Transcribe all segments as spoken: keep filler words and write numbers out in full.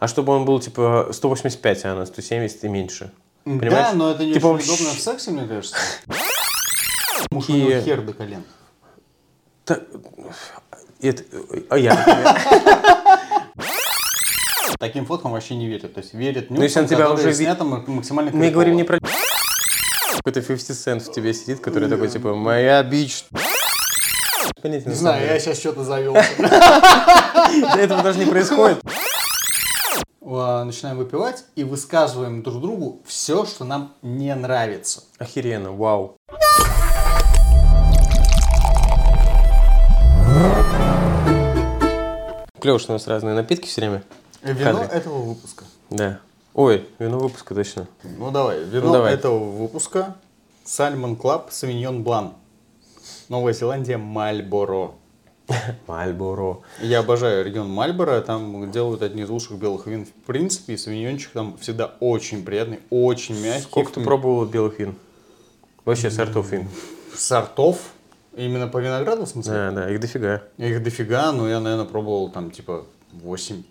а чтобы он был, типа, сто восемьдесят пять, а она сто семьдесят и меньше. Понимаешь? Да, но это не типа, очень удобно в сексе, мне кажется. Муж у него хер до колен. Так, это... А я, Таким фоткам вообще не верят. То есть верят ну, если нюцам, он тебя которые уже снято максимально крипово. Мы говорим не про... Какой-то пятьдесят Cent в тебе сидит, который такой, типа, моя бич. Не знаю, я сейчас что-то завелся. Этого даже не происходит. Начинаем выпивать и высказываем друг другу все, что нам не нравится. Охеренно, вау. Клево, что у нас разные напитки все время. Вино этого выпуска. Да. Ой, вино выпуска, точно. Ну давай, вино ну, давай. этого выпуска Salmon Club Sauvignon Blanc. Новая Зеландия, Мальборо. Мальборо. Я обожаю регион Мальборо, там делают одни из лучших белых вин в принципе, и савиньончик там всегда очень приятный, очень мягкий. Сколько ты пробовал белых вин? Вообще сортов вин? Сортов? Именно по винограду, в смысле? Да, да, их дофига. Их дофига, но я, наверное, пробовал там типа восемь.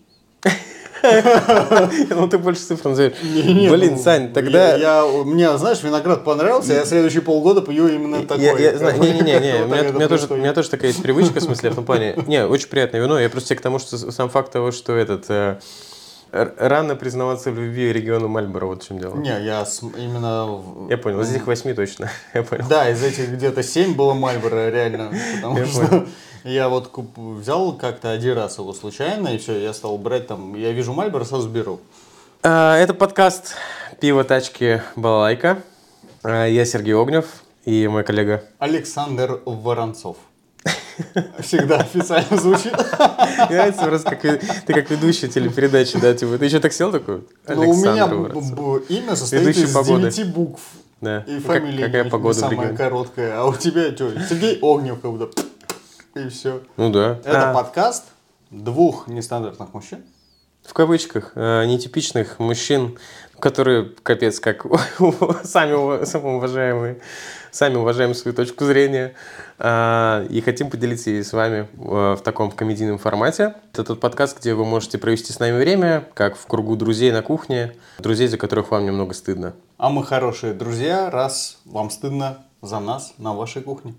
Ну ты больше цифр назовешь. Блин, Сань, тогда... Я, мне, знаешь, виноград понравился, я следующие полгода пью именно такой. Не-не-не, у меня тоже такая есть привычка, в смысле, в том плане... Не, очень приятное вино, я просто к тому, что сам факт того, что этот... Рано признаваться в любви региону Мальборо, вот в чем дело. Не, я именно... Я понял, из этих восьми точно, я понял. Да, из этих где-то семь было Мальборо, реально, потому что... Я вот куп... взял как-то один раз его случайно, и все, я стал брать там, я вижу Мальборо, сразу беру. А, это подкаст «Пиво, тачки, балалайка». А, я Сергей Огнев и мой коллега Александр Воронцов. Всегда официально звучит. Мне нравится просто, как ты как ведущий телепередачи, да, типа, ты еще так сел такой? Ну, у меня имя состоит из девяти букв. Да. И фамилия Какая погода самая короткая. А у тебя что, Сергей Огнев как будто... И все. Ну да. Это а. подкаст двух нестандартных мужчин. В кавычках, э, нетипичных мужчин, которые, капец, как сами самоуважаемые, сами уважаем свою точку зрения. Э, и хотим поделиться ей с вами э, в таком комедийном формате. Это тот подкаст, где вы можете провести с нами время, как в кругу друзей на кухне, друзей, за которых вам немного стыдно. А мы хорошие друзья, раз вам стыдно за нас на вашей кухне.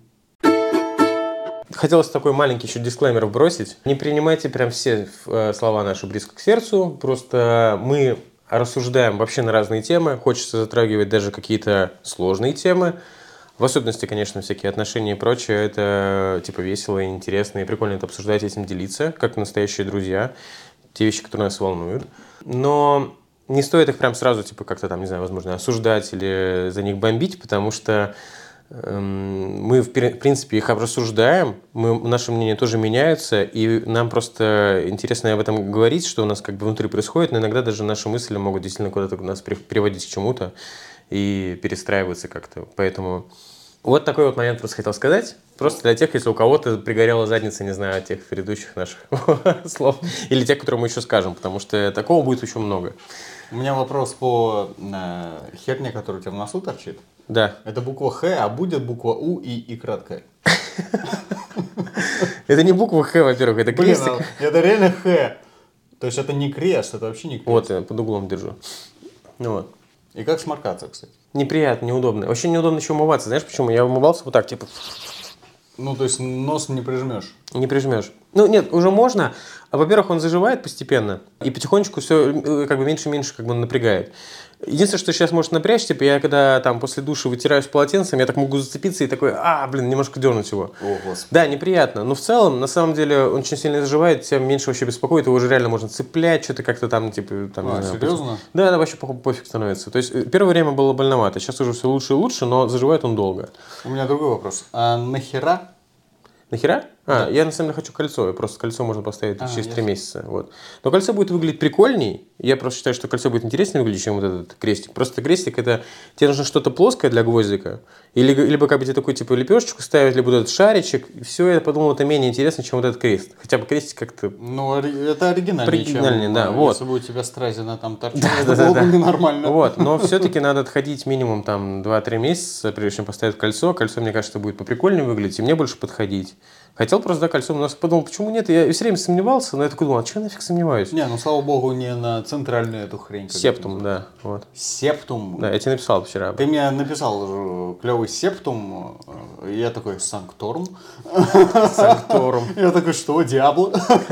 Хотелось такой маленький еще дисклеймер вбросить. Не принимайте прям все слова наши близко к сердцу. Просто мы рассуждаем вообще на разные темы. Хочется затрагивать даже какие-то сложные темы. В особенности, конечно, всякие отношения и прочее. Это типа весело и интересно. И прикольно это обсуждать, этим делиться, как настоящие друзья. Те вещи, которые нас волнуют. Но не стоит их прям сразу, типа, как-то там, не знаю, возможно, осуждать или за них бомбить, потому что мы, в принципе, их рассуждаем, мы, наше мнение тоже меняется, и нам просто интересно об этом говорить, что у нас как бы внутри происходит, но иногда даже наши мысли могут действительно куда-то нас приводить к чему-то и перестраиваться как-то. Поэтому вот такой вот момент просто хотел сказать. Просто для тех, если у кого-то пригорела задница, не знаю, тех предыдущих наших слов, или тех, которые мы еще скажем, потому что такого будет еще много. У меня вопрос по э, херне, которая у тебя в носу торчит. Да. Это буква Х, а будет буква У и И краткая. Это не буква Х, во-первых, это крестик. Блин, это реально Х. То есть это не крест, это вообще не крест. Вот, я под углом держу. Ну вот. И как сморкаться, кстати? Неприятно, неудобно. Вообще неудобно еще умываться. Знаешь почему? Я умывался вот так, типа... Ну, то есть нос не прижмешь? Не прижмешь. Ну, нет, уже можно. Во-первых, он заживает постепенно. И потихонечку все как бы меньше-меньше как бы напрягает. Единственное, что сейчас может напрячь, типа, я когда там после душа вытираюсь полотенцем, я так могу зацепиться и такой, а, блин, немножко дернуть его. О, Господи. Да, неприятно. Но в целом, на самом деле, он очень сильно заживает, тебя меньше вообще беспокоит, его уже реально можно цеплять, что-то как-то там, типа, там, а, не знаю. серьезно? Пофиг. Да, да, вообще пофиг становится. То есть, первое время было больновато, сейчас уже все лучше и лучше, но заживает он долго. У меня другой вопрос. А нахера? Нахера? А, да. Я на самом деле хочу кольцо. Просто кольцо можно поставить а, через три месяца. Вот. Но кольцо будет выглядеть прикольней. Я просто считаю, что кольцо будет интереснее выглядеть, чем вот этот крестик. Просто крестик это тебе нужно что-то плоское для гвоздика. Или, либо как бы тебе такой типа лепешечку ставить, либо вот этот шаричек. И все, я подумал, это менее интересно, чем вот этот крест. Хотя бы крестик как-то. Ну, это оригинальнее, оригинальнее, чем, да, вот. Если бы у тебя стразина там торчала, да, это да, было да, бы да. ненормально. Вот, но все-таки надо отходить минимум там два-три месяца, прежде чем поставить кольцо. Кольцо, мне кажется, будет поприкольнее выглядеть, и мне больше подходить. Хотел просто, да, кольцом, но подумал, почему нет? Я все время сомневался, но я такой думал, а что я нафиг сомневаюсь? Не, ну слава богу, не на центральную эту хрень. Септум, да, вот. Септум? Да, я тебе написал вчера. Ты мне написал клевый септум, я такой, санкторум. Санкторум. Я такой, что, Диабло?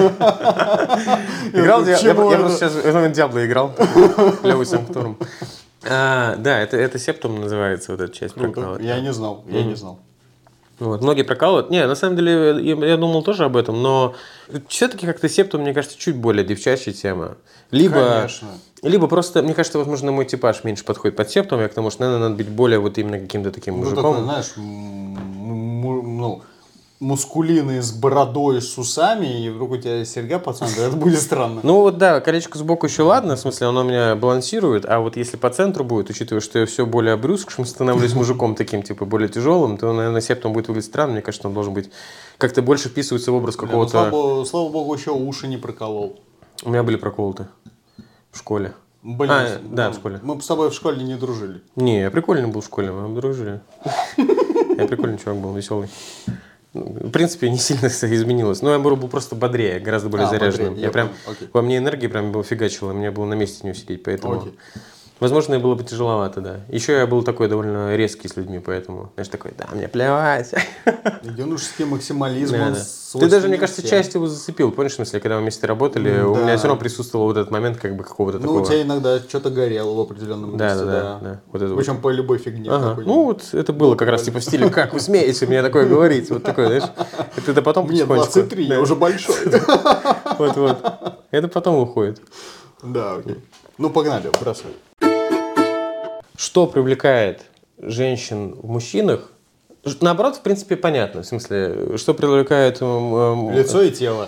Играл, я просто сейчас в момент Диабло играл. Клевый санкторум. Да, это септум называется, вот эта часть прокала. Я не знал, я не знал. Вот, многие прокалывают. Не, на самом деле, я, я думал тоже об этом, но все-таки как-то септум, мне кажется, чуть более девчачья тема. Либо, Конечно. Либо просто, мне кажется, возможно, мой типаж меньше подходит под септум, я к тому, что, наверное, надо быть более вот именно каким-то таким Ну, мужиком. такой, знаешь, ну, мускулины с бородой, с усами, и вдруг у тебя серьга, пацан, да, это будет странно. Ну вот да, колечко сбоку еще ладно, в смысле оно меня балансирует, а вот если по центру будет, учитывая, что я все более обрюзгшим становлюсь мужиком таким, типа, более тяжелым, то, наверное, септум будет выглядеть странно. Мне кажется, он должен быть как-то больше вписываться в образ какого-то... Бля, ну, слава, слава богу, еще уши не проколол. У меня были проколоты в школе. Блин, а, ну, да, в школе. Мы с тобой в школе не дружили. Не, я прикольный был в школе, мы дружили. Я прикольный чувак был, веселый. В принципе, не сильно изменилось. Но я был просто бодрее, гораздо более а, заряженным. Бодрее, я, я прям, во мне энергии прям было фигачило, мне было на месте не усидеть, поэтому... Окей. Возможно, было бы тяжеловато, да. Еще я был такой довольно резкий с людьми, поэтому, знаешь, такой, да, мне плевать. Юношеский максимализм. Да, да. Ты даже, мне кажется, всем. часть его зацепил. Помнишь, в смысле, когда мы вместе работали, да. у меня все равно присутствовал вот этот момент, как бы, какого-то ну, такого... Ну, у тебя иногда что-то горело в определенном да, месте, да. да. да, да. Вот это Причем вот. по любой фигне. Ага. Ну, вот это было как раз типа в стиле, как вы смеете мне такое говорить? Вот такое, знаешь. Это, это потом потихонечку... Мне двадцать три, да. я уже большой. Вот-вот. Это потом уходит. Да, окей. Ну, погнали, бросай. Что привлекает женщин в мужчинах? Наоборот, в принципе, понятно. В смысле, что привлекает... Лицо и тело.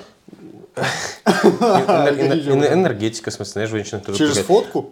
Энергетика, в смысле, знаешь, женщина тоже... Через фотку?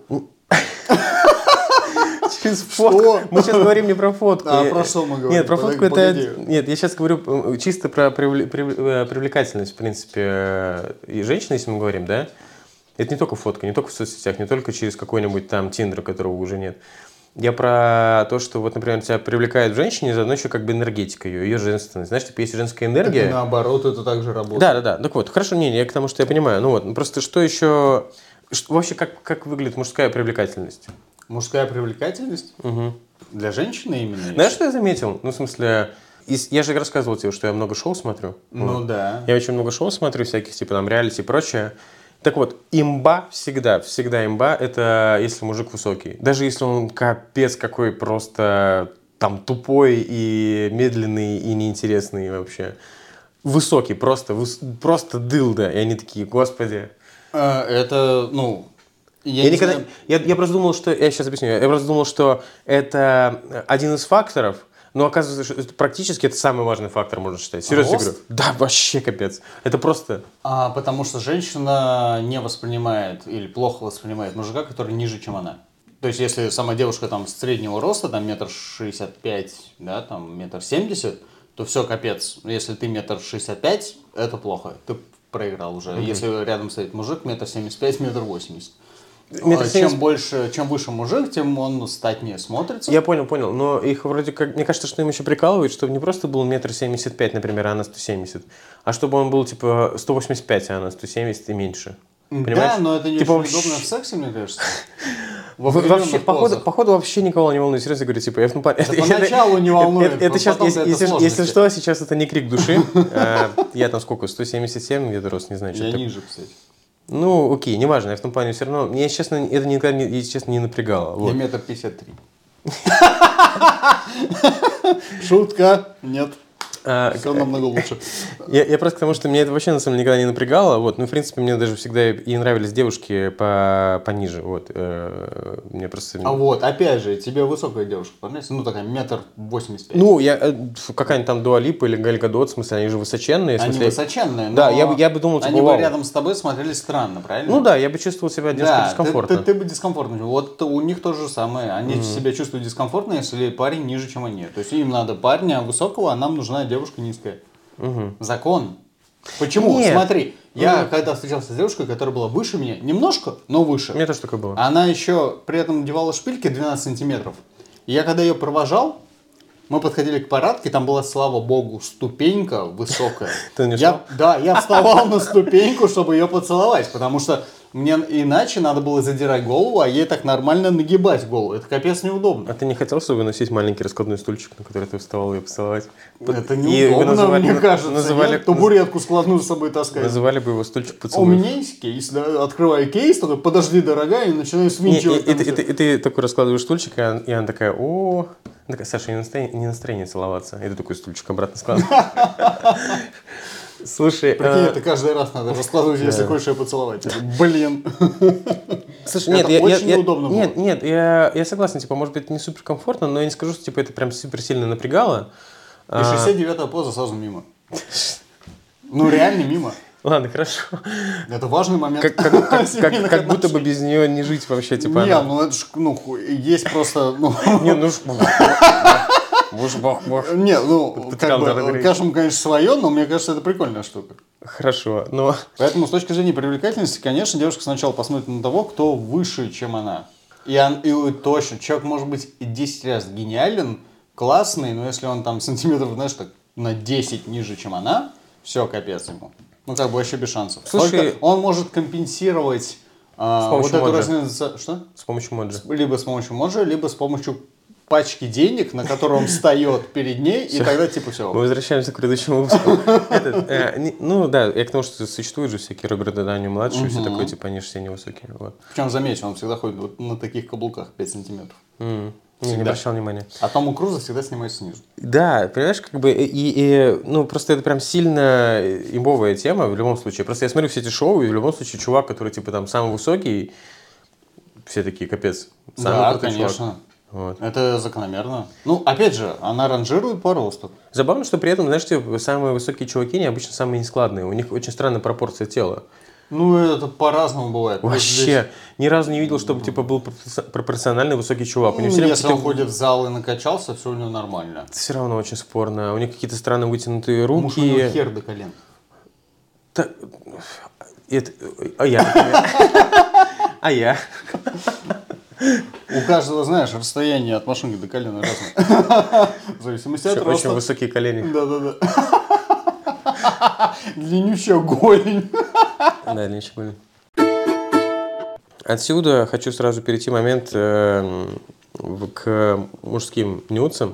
Через фотку. Мы сейчас говорим не про фотку. А про что мы говорим? Нет, про фотку это... Нет, я сейчас говорю чисто про привлекательность, в принципе, и женщины, если мы говорим, да? Это не только фотка, не только в соцсетях, не только через какой-нибудь там Тиндер, которого уже нет. Я про то, что вот, например, тебя привлекает в женщине, заодно еще как бы энергетика ее, ее женственность. Знаешь, типа, есть женская энергия. Так наоборот, это также работает. Да, да, да. Так вот, хорошо, не, я к тому, что я понимаю. Ну вот, просто что еще... Что, вообще, как, как выглядит мужская привлекательность? Мужская привлекательность? Угу. Для женщины именно? Знаешь, что я заметил? Ну, в смысле... Я же рассказывал тебе, что я много шоу смотрю. Ну вот. да. Я очень много шоу смотрю, всяких, типа, там, реалити и прочее. Так вот, имба всегда, всегда имба, это если мужик высокий. Даже если он капец какой просто там тупой и медленный и неинтересный вообще. Высокий, просто, выс... просто дылда. И они такие, господи. А, это, ну... Я, я, никогда... я, я просто думал, что... Я сейчас объясню. Я просто думал, что это один из факторов. Но оказывается, что это практически это самый важный фактор, можно считать. Серьезно говорю. Да, вообще капец. Это просто... А, потому что женщина не воспринимает или плохо воспринимает мужика, который ниже, чем она. То есть, если сама девушка там среднего роста, там метр шестьдесят пять, да, там метр семьдесят, то все, капец. Если ты метр шестьдесят пять, это плохо. Ты проиграл уже. Mm-hmm. Если рядом стоит мужик, метр семьдесят пять, метр восемьдесят. Чем больше, чем выше мужик, тем он статнее смотрится. Я понял, понял. Но их вроде как... Мне кажется, что им еще прикалывают, чтобы не просто был метр семьдесят пять, например, а она сто семьдесят, а чтобы он был типа сто восемьдесят пять, а она сто семьдесят и меньше. Понимаешь? Да, но это не типа, очень удобно в сексе, мне кажется. Вообще, походу, походу вообще никого не волнует. Серьезно говорю, типа, я в это поначалу не волнует. Это, это сейчас, если, если, если что, сейчас это не крик души. Я там сколько, сто семьдесят семь где-то рост, не знаю. Я ниже, кстати. Ну, окей, неважно, я в том плане все равно... Мне, честно, это никогда, не, если честно, не напрягало. Вот. Я метр пятьдесят три. Шутка. Нет. А, все намного лучше. Я, я просто к тому, что меня это вообще на самом деле никогда не напрягало. Вот. Ну, в принципе, мне даже всегда и нравились девушки по, пониже. Вот. Мне просто... А вот, опять же, тебе высокая девушка понравится? Ну, такая метр восемьдесят пять. Ну, я, какая-нибудь там Дуа Липа или Галь Гадот, в смысле, они же высоченные. Они смысле, высоченные, но... Да, я бы, я бы думал, типа, они вау. бы рядом с тобой смотрелись странно, правильно? Ну да, я бы чувствовал себя несколько да, дискомфортно. Ты, ты, ты бы дискомфортно. Вот у них то же самое. Они mm-hmm. себя чувствуют дискомфортно, если парень ниже, чем они. То есть им надо парня высокого, а нам нужна девушка низкая. Угу. Закон. Почему? Нет. Смотри, я угу. когда встречался с девушкой, которая была выше меня, немножко, но выше. У меня тоже такое было. Она еще при этом надевала шпильки двенадцать сантиметров. И я когда ее провожал, Мы подходили к парадке, там была, слава богу, ступенька высокая. Ты не я, Да, я вставал на ступеньку, чтобы ее поцеловать, потому что мне иначе надо было задирать голову, а ей так нормально нагибать голову. Это капец неудобно. А ты не хотел с собой носить маленький раскладной стульчик, на который ты вставал ее поцеловать? Это неудобно, называли, мне кажется. Называли, нет? Табуретку складную с собой таскать. Называли бы его стульчик поцелуй. У меня есть кейс, да, открываю кейс, такой, подожди, дорогая, и начинаю свинчивать. И, и, и, и, и ты такой раскладываешь стульчик, и, и она такая, о, она такая, Саша, не настроение, не настроение целоваться. И ты такой стульчик обратно складываешь. Слушай, прикинь, а... это каждый раз надо раскладывать, если хочешь ее поцеловать. Блин. Слушай, нет, это я, очень я, неудобно было. Нет, нет, я, я согласен, типа, может быть, не супер комфортно, но я не скажу, что типа это прям супер сильно напрягало. И шестьдесят девятая поза сразу мимо. Ну, реально мимо. Ладно, хорошо. Это важный момент. Как, как, как, как, как будто бы без нее не жить вообще, типа. Не, она... ну это ж, ну, есть просто, ну... Не, ну ж... Боже, бог, бог. Не, ну, как бы, каждому, конечно, свое, но мне кажется, это прикольная штука. Хорошо, но... Поэтому, с точки зрения привлекательности, конечно, девушка сначала посмотрит на того, кто выше, чем она. И, он, и точно, человек может быть и десять раз гениален, классный, но если он там сантиметров, знаешь, так на десять ниже, чем она, все, капец ему. Ну, как бы вообще без шансов. Слушай, только он может компенсировать а, вот эту разницу. Что? С помощью моджи. Либо с помощью моджи, либо с помощью пачки денег, на которой он встает перед ней, и тогда типа все. Мы возвращаемся к предыдущему выпуску. Ну да, я к тому, что существуют же всякие Роберт Дауни младшие, все такое, типа они же все невысокие. Причем, заметь, он всегда ходит на таких каблуках пять сантиметров. Не, не обращал внимания. А Тому Круза всегда снимает снизу. Да, понимаешь, как бы, и, и, ну, просто это прям сильно имбовая тема в любом случае. Просто я смотрю все эти шоу, и в любом случае чувак, который, типа, там, самый высокий, все такие, капец. Самый да, конечно. Чувак. Вот. Это закономерно. Ну, опять же, она ранжирует по росту. Забавно, что при этом, знаешь, типа, самые высокие чуваки, они обычно самые нескладные. У них очень странная пропорция тела. Ну, это по-разному бывает. Вообще, здесь... ни разу не видел, чтобы типа был пропорциональный высокий чувак. Ну, если какие-то... он ходит в зал и накачался, все у него нормально. Это все равно очень спорно. У них какие-то странно вытянутые руки. Может, у него хер до колен. Так... Это... А я, А я. У каждого, знаешь, расстояние от машинки до колена разное. В зависимости от роста. Очень высокие колени. Да-да-да. Длиннющая голень. Да, длиннющая голень. Отсюда хочу сразу перейти момент э, к мужским нюансам.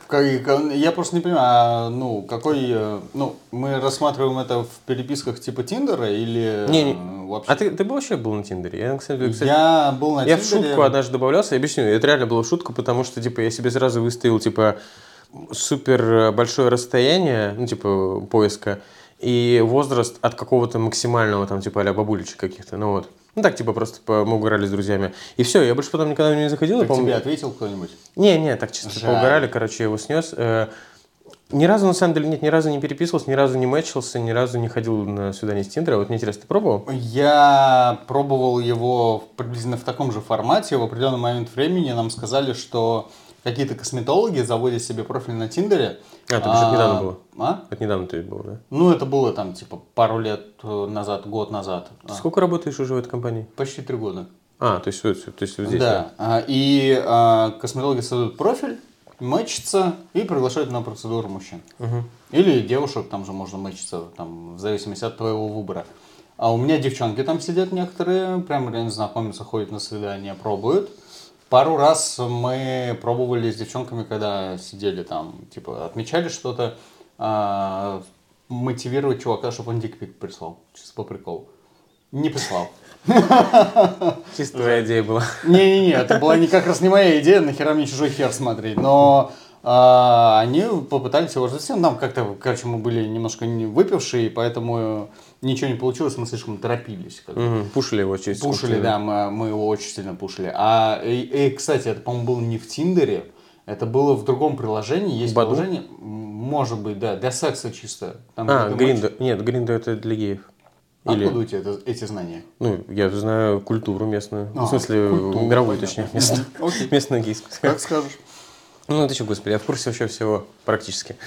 Я просто не понимаю, а, ну, какой, ну, мы рассматриваем это в переписках типа Тиндера или не, не. вообще? А ты, ты был вообще был на Тиндере? Я, кстати, кстати, я был на я Тиндере. Я в шутку однажды добавлялся, я объясню, это реально была шутка, потому что, типа, я себе сразу выставил, типа, супер большое расстояние, ну, типа, поиска, и возраст от какого-то максимального, там, типа, а-ля бабулечек каких-то, ну, вот. Ну, так, типа, просто мы угорали с друзьями. И все, я больше потом никогда не заходил. Так тебе ответил кто-нибудь? Не, не, так чисто Жаль. поугорали, короче, я его снес. Ни разу, на самом деле, нет, ни разу не переписывался, ни разу не мэчился, ни разу не ходил на свидание с Тиндера. Вот мне интересно, ты пробовал? Я пробовал его приблизительно в таком же формате. В определенный момент времени нам сказали, что какие-то косметологи заводят себе профиль на Тиндере. А, это а, недавно было? А? Это недавно ты было, да? Ну, это было там, типа, пару лет назад, год назад. Сколько а. работаешь уже в этой компании? Почти три года. А, то есть, то есть вот здесь, да? Да. И а, косметологи создают профиль, мэчатся и приглашают на процедуру мужчин. Угу. Или девушек, там же можно мэчиться, там, в зависимости от твоего выбора. А у меня девчонки там сидят некоторые, прям реально знакомятся, ходят на свидания, пробуют. Пару раз мы пробовали с девчонками, когда сидели там, типа, отмечали что-то, а, мотивировать чувака, чтобы он дикпик прислал, чисто по приколу. Не прислал. Чисто твоя идея была. Не-не-не, это была не как раз не моя идея, нахера мне чужой хер смотреть, но а, они попытались его развести. Нам как-то, короче, мы были немножко выпившие, поэтому ничего не получилось, мы слишком торопились. Угу, пушили его через Пушили, да, мы, мы его очень сильно пушили. А, и, и, кстати, это, по-моему, было не в Тиндере, это было в другом приложении. Есть Баду? приложение, может быть, да, для секса чисто. Там, а, Гриндер. Нет, Гриндер это для геев. Или... Откуда у тебя это, эти знания? Ну, я знаю культуру местную. А, в смысле, культуру, мировую, понятно. Точнее, местную. Местную гейскую. Как скажешь. Ну, ты что, господи, я в курсе вообще всего практически.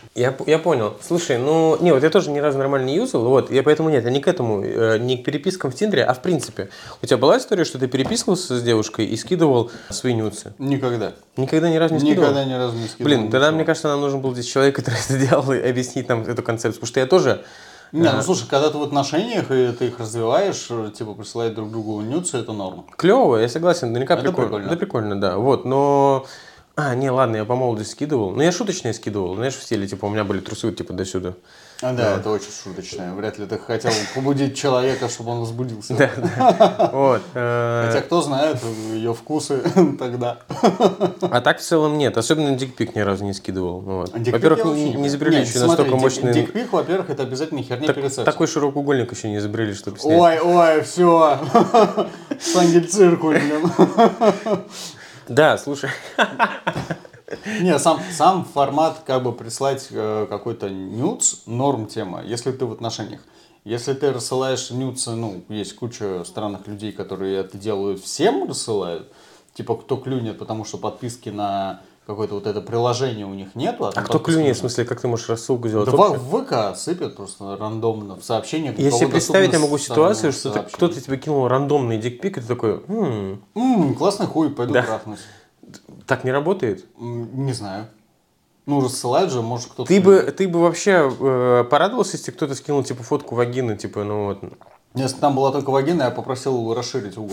Я, п- я понял. Слушай, ну, не, вот я тоже ни разу нормально не юзал, вот, я поэтому нет, я не к этому, э, не к перепискам в Тиндере, а в принципе. У тебя была история, что ты переписывался с девушкой и скидывал свои нюцы? Никогда. Никогда ни разу не скидывал? Никогда ни разу не скидывал. Блин, тогда, ничего. мне кажется, нам нужен был здесь человек, который это делал, и объяснить нам эту концепцию, потому что я тоже... Не, э, ну слушай, когда ты в отношениях и ты их развиваешь, э, типа присылать друг другу нюцы, это норма. Клево, я согласен, наверняка Это прикольно. прикольно. Это прикольно, да. Вот, но... А, не, ладно, я по молодости скидывал. Ну, я шуточные скидывал, знаешь, в стиле, типа, у меня были трусы, типа, до сюда. А, да, это очень шуточное. Вряд ли ты хотел побудить человека, чтобы он возбудился. Да, да. Вот. э, Хотя кто знает ее вкусы тогда. А так в целом нет, особенно дикпик ни разу не скидывал. Ну вот. Дикпик Во-первых, я вообще не, не не изобрели Нет, еще смотри, настолько дик- мощный... Дикпик, во-первых, это обязательно херня так- перед сексом. такой широкоугольник еще не изобрели, чтобы снять. Ой, ой, все. Сангель-циркуль, блин. Да, слушай. Не, сам, сам формат, как бы прислать э, какой-то нюц, норм тема, если ты в отношениях. Если ты рассылаешь нюцы, ну, есть куча странных людей, которые это делают, всем рассылают, типа кто клюнет, потому что подписки на какое-то вот это приложение у них нету. А там кто подписка клюнет, в нужна. смысле, как ты можешь рассылку сделать? Да в, общую? в ВК сыпят просто рандомно в сообщениях. у Если кого представить, я доступно могу с- ситуацию, что ты- сообщения. кто-то тебе кинул рандомный дикпик, и ты такой, «М, М, классный хуй, пойду Да. трахнусь. так не работает. М, Не знаю. Ну, рассылают же, может кто-то... Ты бы, ты бы вообще э, порадовался, если кто-то скинул, типа, фотку вагины, типа, ну вот. Если там была только вагина, я попросил расширить угол.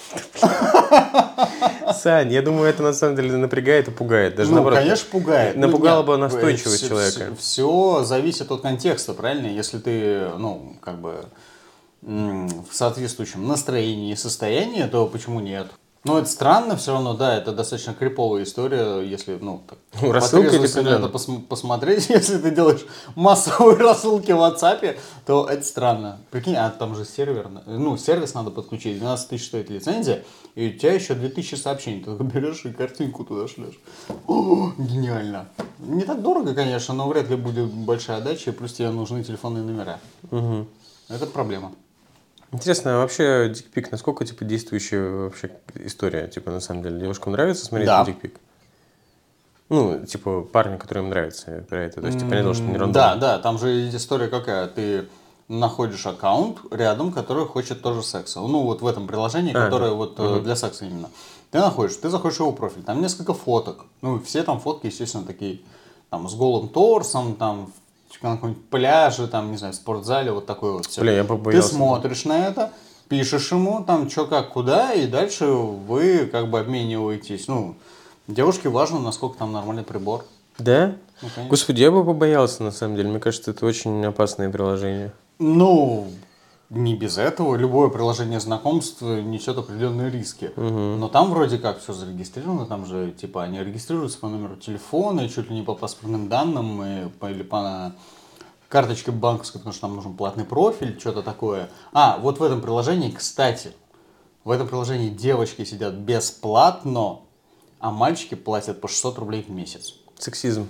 Сань, я думаю, это на самом деле напрягает и пугает. Даже Ну, наоборот. конечно, пугает. Напугало Ну, бы нет, настойчивость все- человека. Все зависит от контекста, правильно? Если ты, ну, как бы м, в соответствующем настроении и состоянии, то почему нет? Но это странно все равно, да, это достаточно криповая история, если, ну, так, Ну, по рассылка трезвости или на это пос- посмотреть, если ты делаешь массовые рассылки в WhatsApp, то это странно. Прикинь, а там же сервер, ну, сервис надо подключить, двенадцать тысяч стоит лицензия, и у тебя еще две тысячи сообщений, ты только берешь и картинку туда шлешь. О, гениально. Не так дорого, конечно, но вряд ли будет большая отдача, и плюс тебе нужны телефонные номера. Мгм. Это проблема. Интересно, а вообще дикпик, насколько типа действующая вообще история? Типа, на самом деле, девушкам нравится смотреть Да. на дикпик? Ну, типа, парню, который им нравится про это. То есть, типа, понятно, что не рандомно. Да, да, там же история какая. Ты находишь аккаунт рядом, который хочет тоже секса. Ну, вот в этом приложении, А, которое да. вот э, для секса именно. Ты находишь, ты заходишь в его профиль, там несколько фоток. Ну, и все там фотки, естественно, такие, там, с голым торсом, там, на каком-нибудь пляже, там, не знаю, в спортзале, вот такое вот все. Бля, я Ты побоялся. смотришь на это, пишешь ему, там, что, как, куда, и дальше вы как бы обмениваетесь. Ну, девушке важно, насколько там нормальный прибор. Да? Ну, конечно. Господи, я бы побоялся, на самом деле. Мне кажется, это очень опасное приложение. Ну, не без этого. Любое приложение знакомств несет определенные риски. Но там вроде как все зарегистрировано. Там же, типа, они регистрируются по номеру телефона, и чуть ли не по паспортным данным, и по, или по карточке банковской, потому что там нужен платный профиль, что-то такое. А, вот в этом приложении, кстати, в этом приложении девочки сидят бесплатно, а мальчики платят по шестьсот рублей в месяц. Сексизм.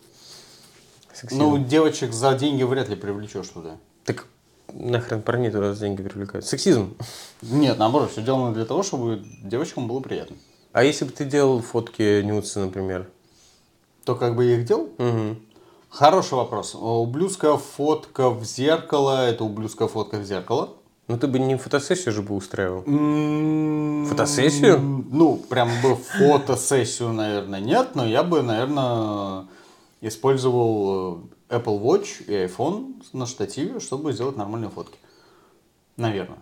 Сексизм. Ну, девочек за деньги вряд ли привлечешь туда. Так нахрен парней туда за деньги привлекают. Сексизм. Нет, наоборот, все сделано для того, чтобы девочкам было приятно. А если бы ты делал фотки нюдсы, например? То как бы я их делал? Угу. Хороший вопрос. Ублюдская фотка в зеркало, это ублюдская фотка в зеркало. Ну ты бы не фотосессию же бы устраивал. М, Фотосессию? Ну, прям бы фотосессию, наверное, нет, но я бы, наверное, использовал э, Apple Watch и iPhone на штативе, чтобы сделать нормальные фотки. Наверное.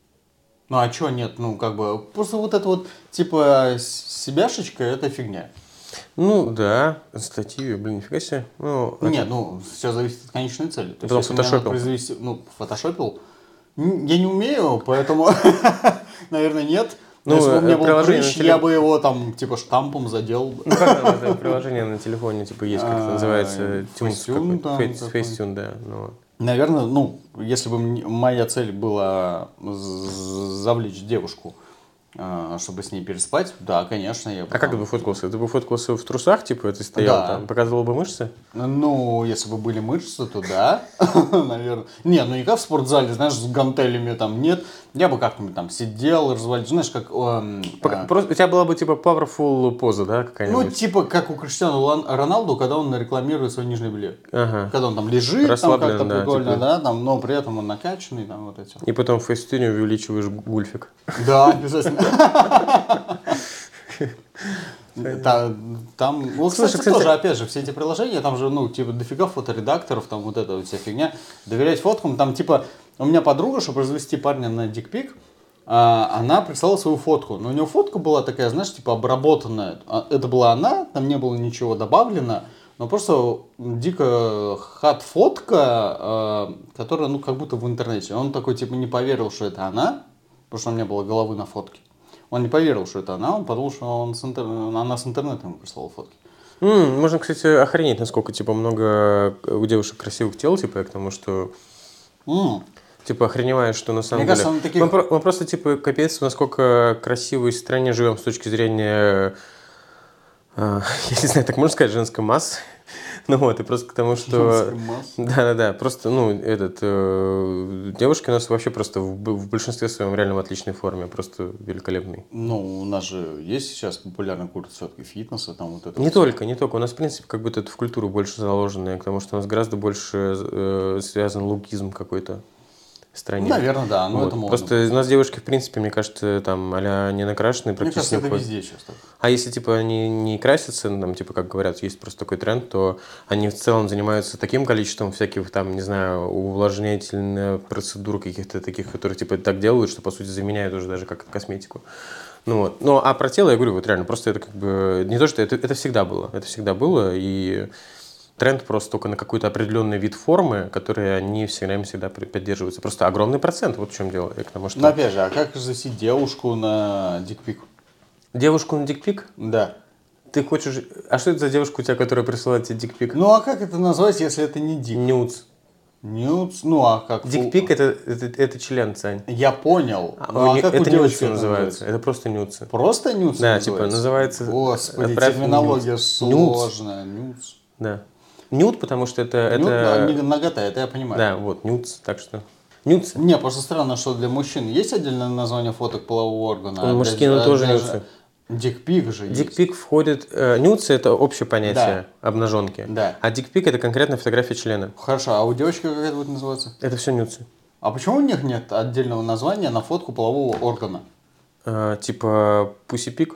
Ну а чё нет, ну как бы, просто вот это вот, типа, с- себяшечка, это фигня. Ну да, на стативе, блин, нифига себе. Ну, это- Нет, ну, все зависит от конечной цели. То есть, Потом если мне надо фотошопил. произвести, ну, фотошопил, н- я не умею, поэтому, наверное, нет. Но Ну, если бы у меня э, был приложение прыщ, на я телеф- бы его там, типа, штампом задел. Ну как там это приложение на телефоне, типа, есть, как это А, называется, Tunes Facetune там какой-то, такой. Facetune, да. Ну, вот. Наверное, ну, если бы мне- моя цель была з- завлечь девушку а, чтобы с ней переспать, да, конечно, я бы А как ты там- бы фоткался? Ты бы фоткался в трусах, типа, ты стоял Да. там, показывал бы мышцы? Ну, если бы были мышцы, то да, наверное. Не, ну не как в спортзале, знаешь, с гантелями там нет. Я бы как-нибудь там сидел, развалить, знаешь, как... эм, Пока- а, Просто у тебя была бы, типа, powerful поза, да, ну, какая-нибудь? типа как у Криштиану Лан- Роналду, когда он рекламирует свой нижний белье. Ага. Когда он там лежит, там Расслаблен, как-то да, прикольно, типа. да, там, но при этом он накачанный, там вот эти. И потом в фейстюне увеличиваешь гульфик. Да, обязательно. Та- Там, ну, Слушай, кстати, кстати- тоже, опять же, все эти приложения, там же, ну, типа, дофига фоторедакторов, там вот эта вот вся фигня. Доверять фоткам, там, типа, у меня подруга, чтобы развести парня на дикпик, а, она прислала свою фотку. Но у нее фотка была такая, знаешь, типа, обработанная. А, Это была она, там не было ничего добавлено, но просто дико хат-фотка, а, которая, ну, как будто в интернете. Он такой, типа, не поверил, что это она, потому что у меня было головы на фотке. Он не поверил, что это она, он подумал, что он с интер- она с интернета ему прислала фотки. М, можно, кстати, охренеть, насколько, типа, много у девушек красивых тел, типа, я к тому, что, М. типа, охреневаешь, что на самом Мне деле... кажется, на таких- мы, про- мы просто, типа, капец, насколько красивой стране живем с точки зрения, э, я не знаю, так можно сказать, женской массы. Ну вот, и просто к тому, что... Женской массы. Да-да-да, просто, ну, этот... э, девушки у нас вообще просто в, б- в большинстве своем реально в отличной форме, просто великолепный. Ну, у нас же есть сейчас популярный курс все-таки фитнеса, там вот это Не вот только, не только. У нас, в принципе, как будто это в культуру больше заложено, потому что у нас гораздо больше э, связан лукизм какой-то в стране. всё. Наверное, да, но Вот. это модно. Просто у нас девушки, в принципе, мне кажется, там, а-ля не накрашенные Мне практически кажется, не это ходят. везде сейчас так. А если, типа, они не красятся, ну, там, типа, как говорят, есть просто такой тренд, то они в целом занимаются таким количеством всяких, там, не знаю, увлажнительных процедур каких-то таких, которые, типа, так делают, что, по сути, заменяют уже даже как косметику. Ну, вот. Ну, а про тело, я говорю, вот реально, просто это как бы... Не то, что это, это всегда было. Это всегда было, и тренд просто только на какой-то определенный вид формы, которые они все время всегда при- поддерживаются. Просто огромный процент, вот в чем дело. И к тому, что... Но опять же, а как засить девушку на дикпик? Девушку на дикпик? Да. Ты хочешь... А что это за девушка у тебя, которая присылает тебе дикпик? Ну, а как это назвать, если это не дик? Нюц. Нюц? Ну, а как? фу- Дикпик это, это, это член, Сань. Я понял. А Ну, у а не- как у это девочки нюцы это называется. Это просто нюцы. Просто нюц Да, типа, называется, Господи, отправь терминология нюц. сложная. Нюц. Да. Нюд, потому что это... Нюд, это... а, не нагота, это я понимаю. Да, вот, нюц, так что... Нюц. Не, просто странно, что для мужчин есть отдельное название фоток полового органа. Ну, а мужские, для- ну, тоже для нюцы. же- Дикпик же есть. Дикпик входит... Э, нюцы это общее понятие обнаженки. Да. А дикпик это конкретно фотография члена. Хорошо, а у девочки как это будет называться? Это все нюцы. А почему у них нет отдельного названия на фотку полового органа? Э, типа пусипик.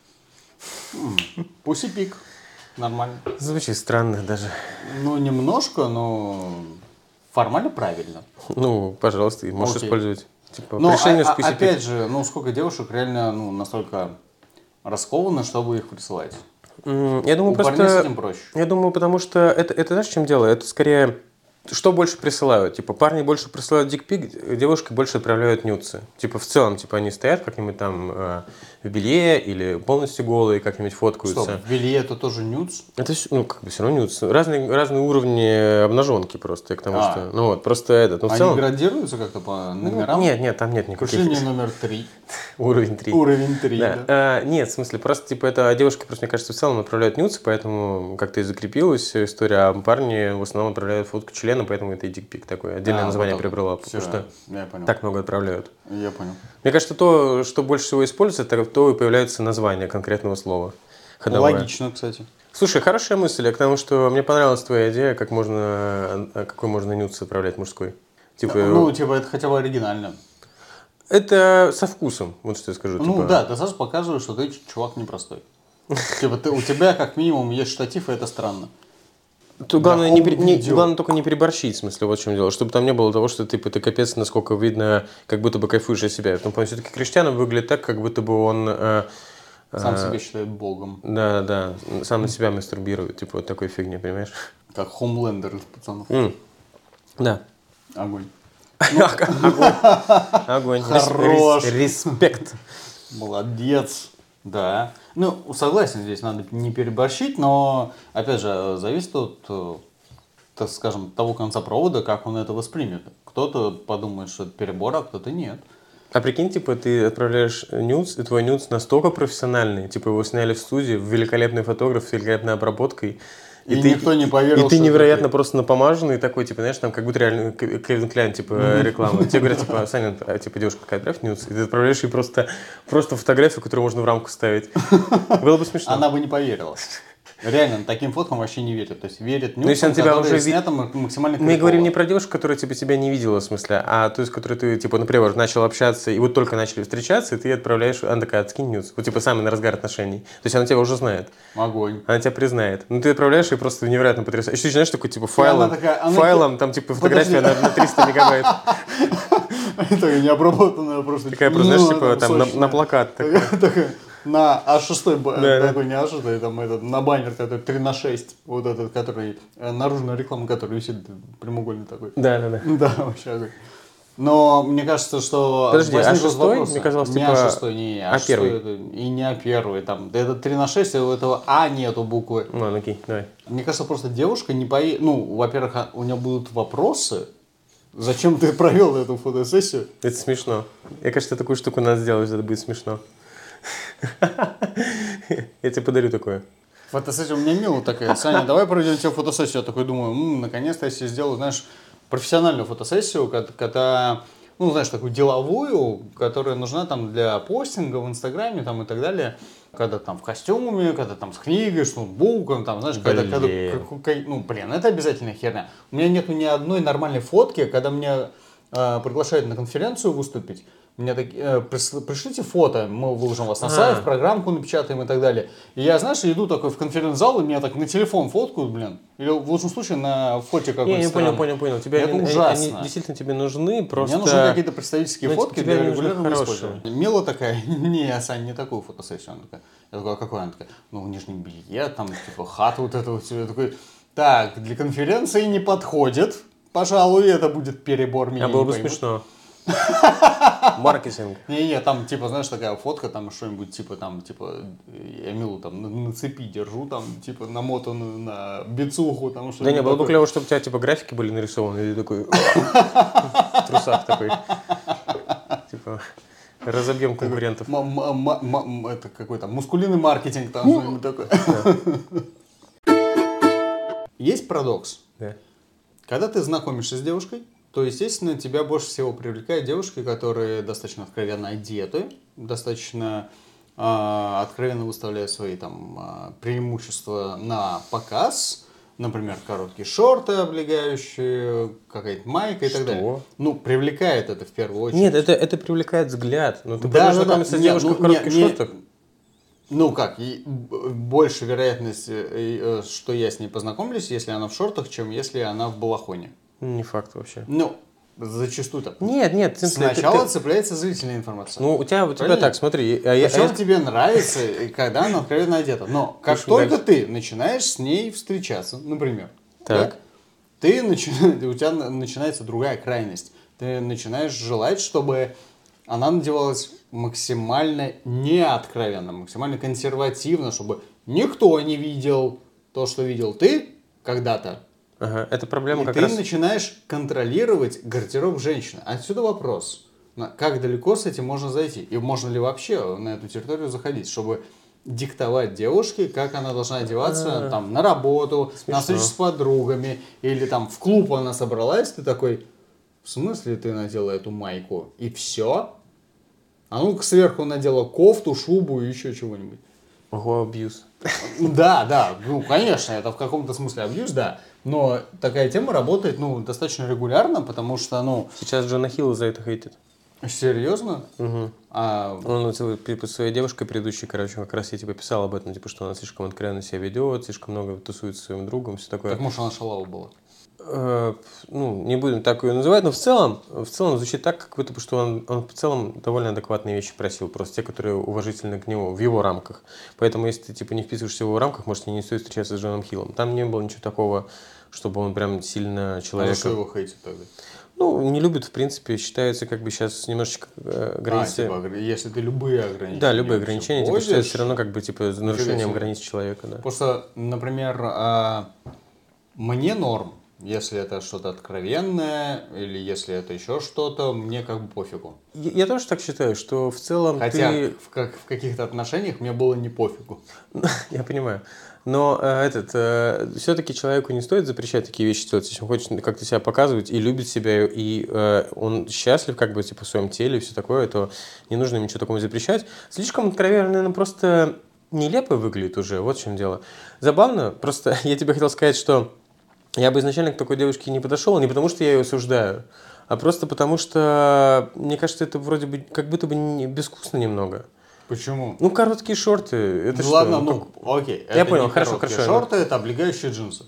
Пусипик. Нормально. Звучит странно даже. Ну, немножко, но формально правильно. Ну, пожалуйста, можешь Окей. использовать. Типа, Но пришли мне а- с а- пусипик. опять же, ну сколько девушек реально ну, настолько раскованы, чтобы их присылать? М, Я думаю, У парней с просто... этим проще. Я думаю, потому что это, это знаешь, в чем дело? Это скорее, что больше присылают? Типа, парни больше присылают дикпик, девушки больше отправляют нюцы. Типа, в целом, типа, они стоят как-нибудь там э, в белье или полностью голые, как-нибудь фоткаются. Что, в белье это тоже нюц? Это всё- ну, как бы все равно нюцы. Разные, разные уровни обнаженки просто, я к тому, А. что... Ну вот, просто этот, ну, в Они целом... градируются как-то по Ну, номерам? нет, нет, там нет никаких... Пришление номер три. Уровень три. Уровень три, Да. да. А, нет, в смысле, просто типа это девушки, просто, мне кажется, в целом отправляют нюцы, поэтому как-то и закрепилась история, а парни в основном отправляют фотку члена, поэтому это и дикпик такое. Отдельное А, название вот так. приобрела, Всё, потому что я понял. так много отправляют. Я понял. Мне кажется, то, что больше всего используется, это то и появляется название конкретного слова. Ходовое. Логично, кстати. Слушай, хорошая мысль, к тому, что мне понравилась твоя идея, как можно, а, какой можно нюц отправлять мужской. Типа, Ну, типа, это хотя бы оригинально. это со вкусом, вот что я скажу. Ну типа. да, ты сразу показываешь, что ты чувак непростой. Типа, ты, у тебя как минимум есть штатив, и это странно. Тут главное, не, пере- не- хоум-видео. главное только не переборщить, в смысле, вот в чем дело. Чтобы там не было того, что ты, ты капец, насколько видно, как будто бы кайфуешь от себя. Потому что все-таки Криштиану выглядит так, как будто бы он... э, Сам э, себя считает богом. Да, да, сам на себя мастурбирует, типа вот такой фигни, понимаешь? Как Хомлендер из пацанов. М. Да. Огонь. Огонь. Огонь. Рес- Хорош. рес- Респект. Молодец. Да. Ну, согласен, здесь надо не переборщить, но, опять же, зависит от, э, так скажем, того конца провода, как он это воспримет. Кто-то подумает, что это перебор, а кто-то нет. А прикинь, типа, ты отправляешь нюдс, и твой нюдс настолько профессиональный, типа, его сняли в студии, великолепный фотограф с великолепной обработкой. И, И, и ты, никто не и, поверил, и ты что невероятно это просто напомаженный такой, типа, знаешь, там как будто реально Кевин Кляйн, типа, реклама. Тебе говорят, типа, Саня, а, типа, девушка какая отправь нюдс, и ты отправляешь ей просто, просто фотографию, которую можно в рамку ставить. Было бы смешно. Она бы не поверила. Реально, таким фоткам вообще не верят. То есть верят Ну, если нюцам, он тебя которые уже ви- сняты максимально Мы крипово. говорим не про девушку, которая типа, тебя не видела, в смысле, а той, с которой ты, типа, например, начал общаться, и вот только начали встречаться, и ты отправляешь, она такая, скинь нюдс. Вот, типа, самый на разгар отношений. То есть она тебя уже знает. Огонь. Она тебя признает. Ну, ты отправляешь, и просто невероятно потрясающе. Еще, знаешь, такой, типа, файлом, такая, она файлом, там, типа, фотография на, на триста мегабайт. Это необработанная просто. Такая, просто, знаешь, типа, там, на, на плакат. такой. Такая, на А шесть, Да, да. такой не А шесть, там этот, на баннер, который три на шесть, вот этот, который, э, наружная реклама, который висит прямоугольный такой. Да, да, да. Да, вообще огонь. Но мне кажется, что... Подожди, возник А шесть? вопрос. Мне казалось, не типа, А шесть, не А А шесть, первый. это- и не А первый. Там, это три на шесть, и у этого А нету буквы. Ну, ладно, окей, давай. Мне кажется, просто девушка не поедет... Ну, во-первых, а- у нее будут вопросы. Зачем ты провел эту фотосессию? Это смешно. Я, кажется, такую штуку надо сделать, это будет смешно. Я тебе подарю такое. Фотосессия у меня милая такая. Саня, давай проведем тебе фотосессию. Я такой думаю, м, наконец-то я себе сделаю, знаешь, профессиональную фотосессию, ко- когда, ну, знаешь, такую деловую, которая нужна там для постинга в Инстаграме там и так далее. Когда там в костюме, когда там с книгой, с ноутбуком, там, знаешь, когда, когда Блин. как- как- ну, блин, это обязательная херня. У меня нету ни одной нормальной фотки, когда меня э, приглашают на конференцию выступить. Мне так, э, прис- пришлите фото, мы выложим вас на А. сайт, программку напечатаем и так далее. И я, знаешь, иду такой в конференц-зал, и меня так на телефон фоткают, блин. Или в лучшем случае на фоте Не, какой-то не понял, странный. понял, понял. Тебе Это они, они- ужасно. они действительно тебе нужны, просто... Мне нужны какие-то представительские Ну, фотки тебе для они нужны регулярного хорошие. использования. Мила такая, не, Сань, не такую фотосессию. Она такая, я такой, а какой? Она такая, ну, в нижнем белье, там, типа, хата вот это вот все. Я такой, так, для конференции не подходит. Пожалуй, это будет перебор, меня А было не бы поймут. смешно. Маркетинг. Не-не, там, типа, знаешь, такая фотка, там что-нибудь, типа, там, типа, я Милу там на, на цепи держу, там, типа, намотанную на бицуху, там, что-нибудь Да не, было бы такое. клево, чтобы у тебя типа графики были нарисованы, и ты такой в трусах такой. Типа разобьем конкурентов. М- м- м- м- это какой-то мускулинный маркетинг, там, что-нибудь такое. Есть парадокс. Да. Когда ты знакомишься с девушкой, то, естественно, тебя больше всего привлекают девушки, которые достаточно откровенно одеты, достаточно э, откровенно выставляют свои там э, преимущества на показ. Например, короткие шорты облегающие, какая-то майка и так Что? далее. Ну, привлекает это в первую очередь. Нет, это, это привлекает взгляд. Но ты Да, пойдешь да, да. знакомиться с Нет, девушкой ну, в коротких не- не- шортах. Ну как, и б- больше вероятность, э, э, что я с ней познакомлюсь, если она в шортах, чем если она в балахоне. Не факт вообще. Ну, зачастую так. Нет, нет, ты- Сначала ты- ты- цепляется зрительная информация. Ну, у тебя, у тебя Правильно? так, смотри. а я- а Причем я- тебе нравится, и когда она откровенно одета. Но как Слушай, только дальше. ты начинаешь с ней встречаться, например, Так. ты начи- у тебя на- начинается другая крайность. Ты начинаешь желать, чтобы она надевалась максимально неоткровенно, максимально консервативно, чтобы никто не видел то, что видел ты когда-то. Ага, это проблема И как ты раз... начинаешь контролировать гардероб женщины. Отсюда вопрос. на- Как далеко с этим можно зайти? И можно ли вообще на эту территорию заходить, чтобы диктовать девушке, как она должна одеваться А. там, на работу, на Смешно. встречу с подругами, или там в клуб она собралась, ты такой, в смысле ты надела эту майку? И все? А ну-ка сверху надела кофту, шубу и еще чего-нибудь. Ого, абьюз. Да, да, ну, конечно, это в каком-то смысле абьюз, да. Но такая тема работает, ну, достаточно регулярно, потому что, ну, Сейчас Джона Хилла за это хейтит. серьезно? Угу. А, Он вот под своей девушкой предыдущей, короче, как раз я типа писал об этом, типа, что она слишком откровенно себя ведет, слишком много тусует со своим другом, все такое. так может она шалава была? Э, ну, не будем так ее называть, но в целом, в целом звучит так, как будто бы, что он, он в целом довольно адекватные вещи просил, просто те, которые уважительны к нему, в его рамках. Поэтому, если ты типа не вписываешься в его рамках, может, тебе не стоит встречаться с Джоном Хиллом. Там не было ничего такого, чтобы он прям сильно А за человека... что его хейтит тогда? Ну, не любит, в принципе, считается как бы сейчас немножечко э, А, границы... типа, огр- если ты любые ограничения. Да, любые вообще ограничения, типа, вводишь. считается все равно как бы типа нарушением себе. границ человека, да. Просто, например, а, мне норм, Если это что-то откровенное, или если это еще что-то, мне как бы пофигу. Я, я тоже так считаю, что в целом Хотя ты... в, как, в каких-то отношениях мне было не пофигу. Я понимаю. Но э, этот, э, все-таки человеку не стоит запрещать такие вещи делать, если он хочет как-то себя показывать и любит себя, и э, он счастлив как бы типа в своем теле и все такое, то не нужно ничего такого запрещать. Слишком откровенно, наверное, просто нелепо выглядит уже, вот в чем дело. Забавно, просто я тебе хотел сказать, что я бы изначально к такой девушке не подошел, не потому что я ее осуждаю, а просто потому что, мне кажется, это вроде бы как будто бы не, безвкусно немного. Почему? Ну, короткие шорты, это Ну что? ладно, Ну, ну как- окей. Я это понял, не хорошо, короткие хорошо. Шорты, это облегающие джинсы.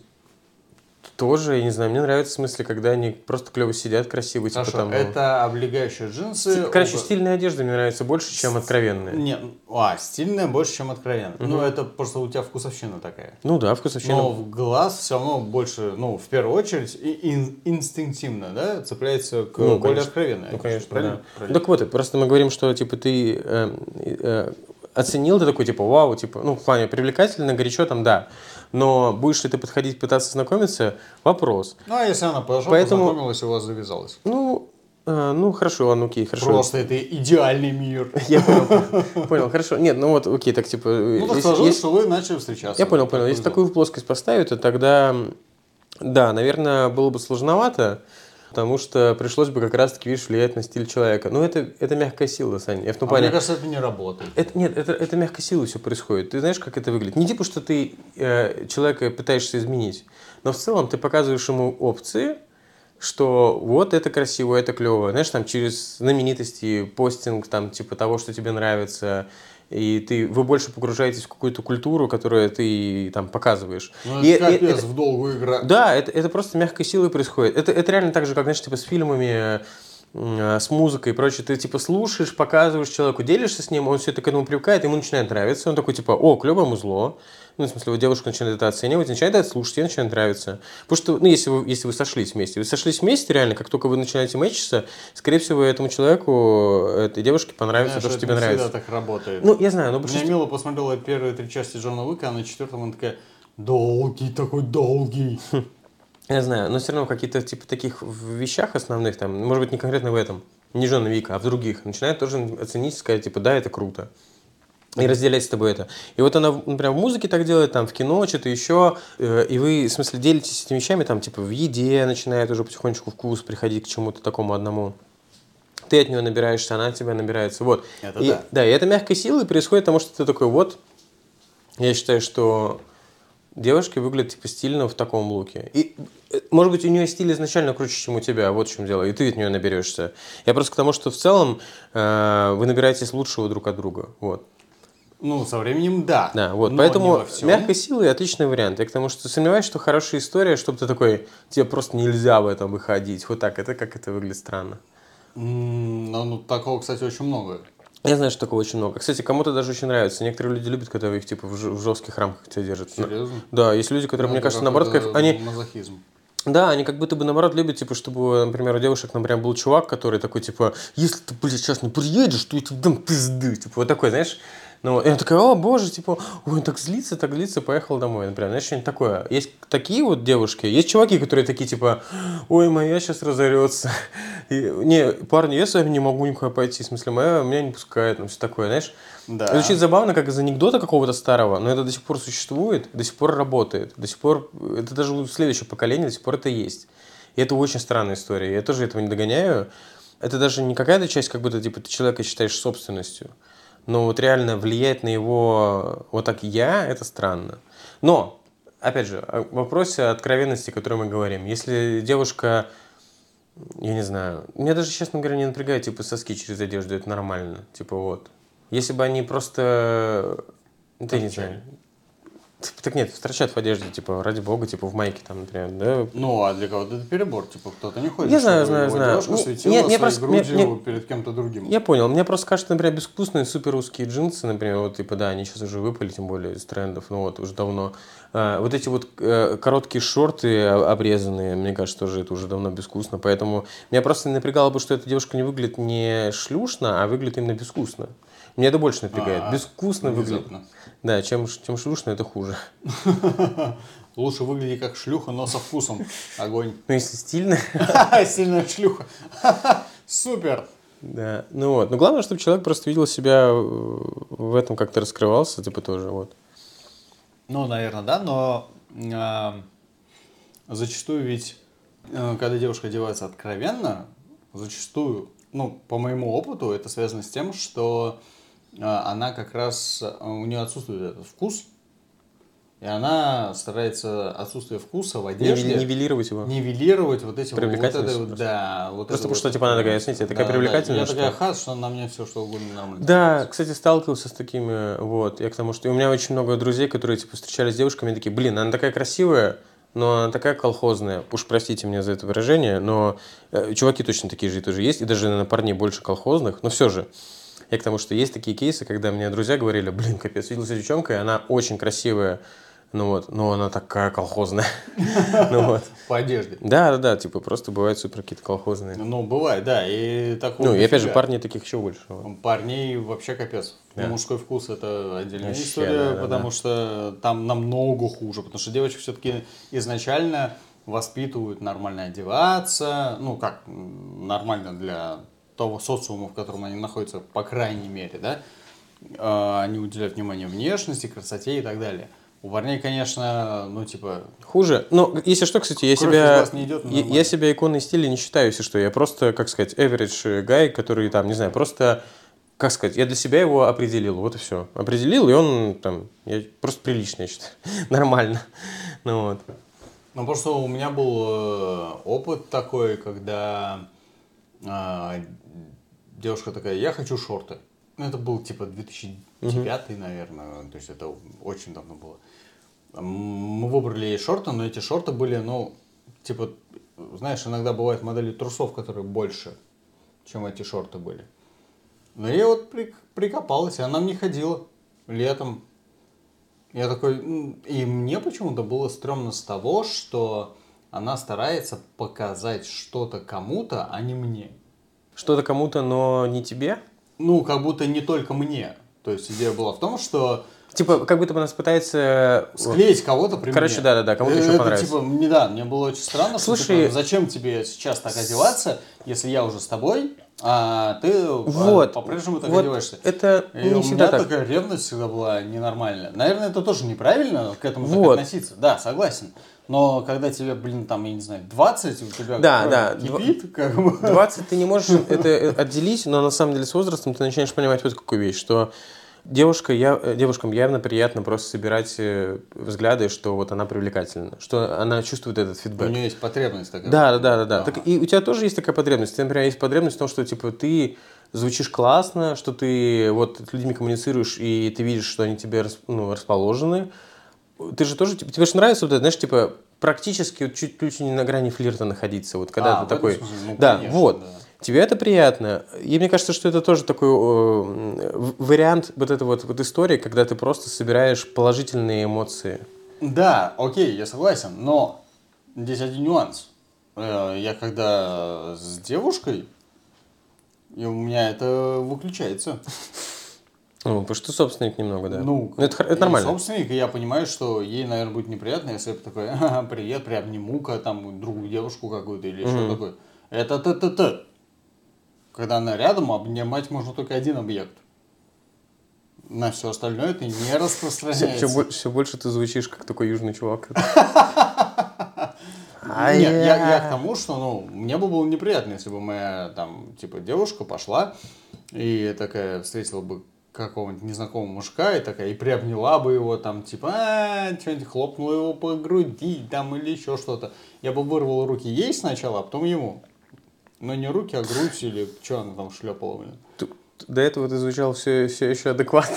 Тоже, я не знаю, мне нравится в смысле, когда они просто клево сидят, красиво, типа Хорошо, там. ну, это облегающие джинсы. Короче, оба- стильная одежда мне нравится больше, чем откровенная. Нет, а, стильная больше, чем откровенно. Мгм. Ну, это просто у тебя вкусовщина такая. Ну да, вкусовщина. Но в глаз все равно больше, ну, в первую очередь, и ин- инстинктивно, да, цепляется к Ну, более конечно. откровенной. Ну, конечно, правильно? да. Правильно. Так вот, просто мы говорим, что типа ты э, э, оценил, ты такой, типа, вау, типа, ну, в плане привлекательно, горячо, там, да. Но будешь ли ты подходить, пытаться знакомиться, вопрос. Ну, а если она подошла, Поэтому- познакомилась, и у вас завязалось. Ну, э, ну, хорошо, ладно, окей, хорошо. Просто это идеальный мир. Я понял, понял, хорошо. Нет, ну вот, окей, так, типа... Ну, так если- сложилось, если- что вы начали встречаться. Я понял, понял. Если такую плоскость поставить, то тогда, да, наверное, было бы сложновато, потому что пришлось бы как раз-таки, видишь, влиять на стиль человека. Ну, это, это мягкая сила, Саня. Я в том А плане... мне кажется, это не работает. Это, нет, это, это мягкой силой все происходит. Ты знаешь, как это выглядит? Не типа, что ты э, человека пытаешься изменить, но в целом ты показываешь ему опции, что вот это красиво, это клево. Знаешь, там через знаменитости, постинг, там, типа того, что тебе нравится, и ты, вы больше погружаетесь в какую-то культуру, которую ты там показываешь. Ну, И- это и- капец, это- в долгую игра. да, это, это просто мягкой силой происходит. Это, это реально так же, как, знаешь, типа с фильмами, э, с музыкой и прочее. Ты типа слушаешь, показываешь человеку, делишься с ним, он все это к этому привыкает, ему начинает нравиться. Он такой типа, о, клевое музло. Ну, в смысле, вот девушка начинает это оценивать, начинает это слушать, ей начинает нравиться. Потому что, ну, если вы, если вы сошлись вместе, вы сошлись вместе, реально, как только вы начинаете мэчиться, скорее всего, этому человеку, этой девушке понравится Знаешь, то, что это тебе не нравится. всегда так работает. Ну, я знаю, но У потому меня что... Мила посмотрела первые три части Джона Уика, а на четвертом она такая, долгий такой, долгий. Я знаю, но все равно в каких-то типа таких в вещах основных, там, может быть, не конкретно в этом, не Джона Вика, а в других, начинает тоже оценить, сказать, типа, да, это круто. И разделять с тобой это. И вот она, например, в музыке так делает, там, в кино, что-то еще, э, и вы, в смысле, делитесь этими вещами, там, типа, в еде начинает уже потихонечку вкус приходить к чему-то такому одному. Ты от нее набираешься, она от тебя набирается, вот. Это и, да. Да, и это мягкой силой происходит, потому что ты такой, вот, я считаю, что девушка выглядит типа стильно в таком луке. И, э, может быть, у нее стиль изначально круче, чем у тебя, вот в чем дело, и ты от нее наберешься. Я просто к тому, что в целом э, вы набираетесь лучшего друг от друга, вот. Ну, со временем да. Да, вот, но поэтому не во всем. мягкой силой отличный вариант. Я к тому, что сомневаюсь, что хорошая история, чтобы ты такой, тебе просто нельзя в этом выходить. Вот так, это как это выглядит странно. М, Ну, ну, такого, кстати, очень много. Я знаю, что такого очень много. Кстати, кому-то даже очень нравится. Некоторые люди любят, когда их типа в, ж- в жестких рамках тебя держат. Серьезно? Да, есть люди, которые, Ну, мне это кажется, наоборот, какой-то кайф... они, мазохизм. да, они как будто бы наоборот любят, типа, чтобы, например, у девушек, например, был чувак, который такой, типа, если ты, блядь, сейчас не приедешь, то я тебе дам пизды. Типа, вот такой, знаешь. Ну, и он такой, о, боже, типа, ой, он так злится, так злится, поехал домой, например, знаешь, что-нибудь такое. Есть такие вот девушки, есть чуваки, которые такие, типа, ой, моя сейчас разорется. И, не, парни, я с вами не могу никуда пойти, в смысле, моя меня не пускает, ну, все такое, знаешь. Да. Звучит забавно, как из анекдота какого-то старого, но это до сих пор существует, до сих пор работает, до сих пор, это даже у следующего поколения до сих пор это есть. И это очень странная история, я тоже этого не догоняю. Это даже не какая-то часть, как будто типа, ты человека считаешь собственностью, но вот реально влиять на его вот так я, это странно. Но, опять же, о вопросе откровенности, о которой мы говорим. Если девушка, я не знаю, меня даже, честно говоря, не напрягает, типа, соски через одежду, это нормально, типа, вот. Если бы они просто, ну, ты не знаю, так нет, строчат в одежде, типа, ради бога, типа, в майке, там, например, да. Ну, а для кого-то это перебор, типа, кто-то не хочет, Я знаю, чтобы знаю, его знаю. девушка Не- светила не- не своей просто- грудью не- не- перед кем-то другим. Я понял. Мне просто кажется, например, безвкусные супер узкие джинсы, например, вот, типа, да, они сейчас уже выпали, тем более из трендов, ну вот, уже давно. А, вот эти вот э, короткие шорты о- обрезанные, мне кажется, тоже это уже давно безвкусно, поэтому меня просто напрягало бы, что эта девушка не выглядит не шлюшно, а выглядит именно безвкусно. Меня это больше напрягает. А, Безвкусно выглядит. внезапно. Да, чем, ш- чем шлюшно, это хуже. Лучше выгляди как шлюха, но со вкусом. Огонь. Ну, если стильно. Сильная шлюха. Супер. Да. Ну вот. Но главное, чтобы человек просто видел себя в этом, как-то раскрывался, типа тоже вот. Ну, наверное, да, но э, зачастую ведь, э, когда девушка одевается откровенно, зачастую, ну, по моему опыту, это связано с тем, что э, она как раз, у нее отсутствует этот вкус, и она старается отсутствие вкуса в одежде нивелировать его. Нивелировать вот эти привлекательность. Вот, вот это, да, вот просто это потому что, вот, типа, она такая, смотрите, такая да, привлекательная. Да, я что... такая хат, что на мне все что угодно нормально. Да, кстати, сталкивался с такими, вот, я к тому, что и у меня очень много друзей, которые, типа, встречались с девушками, и такие, блин, она такая красивая, но она такая колхозная, уж простите меня за это выражение, но э, чуваки точно такие же тоже есть, и даже, наверное, парней больше колхозных, но все же. Я к тому, что есть такие кейсы, когда мне друзья говорили, блин, капец, виделась девчонка, и она очень красивая, ну вот, но она такая колхозная. Ну вот. По одежде. Да, да, да, типа просто бывают супер какие-то колхозные. Ну, бывает, да, и такого Ну, и опять же, дофига. парней таких еще больше. Парней вообще капец. Да. Мужской вкус это отдельная Вообще, история, да, да, потому да. что там намного хуже, потому что девочек все-таки изначально воспитывают нормально одеваться, ну как, нормально для того социума, в котором они находятся, по крайней мере, да, А, они уделяют внимание внешности, красоте и так далее. У парней, конечно, ну типа... Хуже. Но, если что, кстати, я Кровь из себя, глаз не идет, но я, нормально. я себя иконой стиля не считаю, если что. Я просто, как сказать, average guy, который там, не знаю, просто, как сказать, я для себя его определил, вот и все. Определил, и он там, я просто приличный, я считаю. Нормально. Ну вот. Ну, просто у меня был э, опыт такой, когда э, девушка такая, я хочу шорты. Ну, это был типа две тысячи девятый, uh-huh. наверное, то есть это очень давно было. Мы выбрали ей шорты, но эти шорты были, ну, типа, знаешь, иногда бывают модели трусов, которые больше, чем эти шорты были. Но я вот при, прикопалась, и она мне ходила летом. Я такой, и мне почему-то было стрёмно с того, что она старается показать что-то кому-то, а не мне. Что-то кому-то, но не тебе? Ну, как будто не только мне. То есть идея была в том, что... Типа, как будто бы она пытается... Склеить кого-то при Короче, мне. да-да-да, кому-то это, еще понравится. Типа, мне, да, мне было очень странно, Слушай, что, типа, зачем тебе сейчас так одеваться, если я уже с тобой, а ты вот, по-прежнему так вот одеваешься. Это и не у всегда меня так. такая ревность всегда была ненормальная. Наверное, это тоже неправильно к этому вот. так относиться. Да, согласен. Но когда тебе, блин, там, я не знаю, двадцать, у тебя да, да, кипит, как бы. двадцать ты не можешь это отделить, но на самом деле с возрастом ты начинаешь понимать вот какую вещь, что девушка, я, девушкам явно приятно просто собирать взгляды, что вот она привлекательна, что она чувствует этот фидбэк. У нее есть потребность такая. Да, да, да, да, да. Ага. Так и у тебя тоже есть такая потребность. У тебя, например, есть потребность в том, что типа ты звучишь классно, что ты вот с людьми коммуницируешь, и ты видишь, что они тебе ну, расположены. Ты же тоже, типа, тебе же нравится вот это, знаешь, типа, практически вот чуть чуть не на грани флирта находиться, вот когда а, ты такой, смысле, ну, да, конечно, вот, да. Тебе это приятно. И мне кажется, что это тоже такой э, вариант вот этой вот, вот истории, когда ты просто собираешь положительные эмоции. Да, окей, я согласен, но здесь один нюанс. Я когда с девушкой, и у меня это выключается. Ну, потому что ты собственник немного, да. Ну, это, это нормально. Собственник, и я понимаю, что ей, наверное, будет неприятно, если я такой, ага, привет, приобниму-ка там другую девушку какую-то или mm-hmm. что такое. Это т-т-т. Когда она рядом, обнимать можно только один объект. На все остальное это не распространяется. Все, все, все больше ты звучишь как такой южный чувак. Нет, я, я к тому, что, ну, мне бы было неприятно, если бы моя, там, типа, девушка пошла и такая встретила бы какого-нибудь незнакомого мужика и такая, и приобняла бы его, там, типа, а, что-нибудь хлопнула его по груди, там, или еще что-то. Я бы вырвал руки ей сначала, а потом ему. Но не руки, а грудь, или что она там шлепала, блин. До этого ты звучал все, все еще адекватно.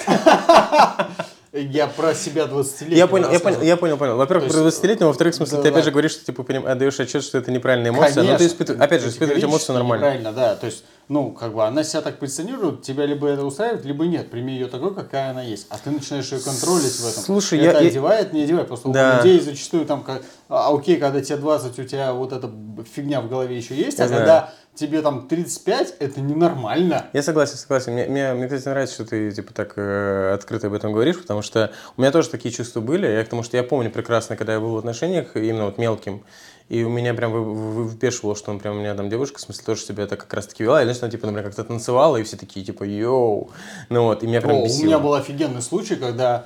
Я про себя двадцатилетнего. Я понял, я понял, я понял, понял. Во-первых, есть, про двадцатилетнего, во-вторых, в смысле, да, ты опять да. же говоришь, что типа отдаешь отчет, что это неправильная эмоция, Конечно, но ты испытываешь, опять же, испытывать эмоцию нормально. Правильно, да. То есть, ну, как бы она себя так позиционирует, тебя либо это устраивает, либо нет. Прими ее такой, какая она есть. А ты начинаешь ее контролить в этом. Слушай, это я... одевает, не одевает. Просто да. у людей зачастую там, как, а, окей, когда тебе двадцать, у тебя вот эта фигня в голове еще есть, Я а знаю. когда тебе там тридцать пять, это ненормально. Я согласен, согласен. Мне, мне, мне, кстати, нравится, что ты типа так э, открыто об этом говоришь, потому что у меня тоже такие чувства были. Я, потому что я помню прекрасно, когда я был в отношениях, именно вот мелким, и у меня прям вы- вы- выпешивало, что он прям у меня там девушка, в смысле, тоже себя так как раз таки вела, или что она, типа, например, как-то танцевала, и все такие, типа, йоу. Ну вот, и меня прям О, у бесило. меня был офигенный случай, когда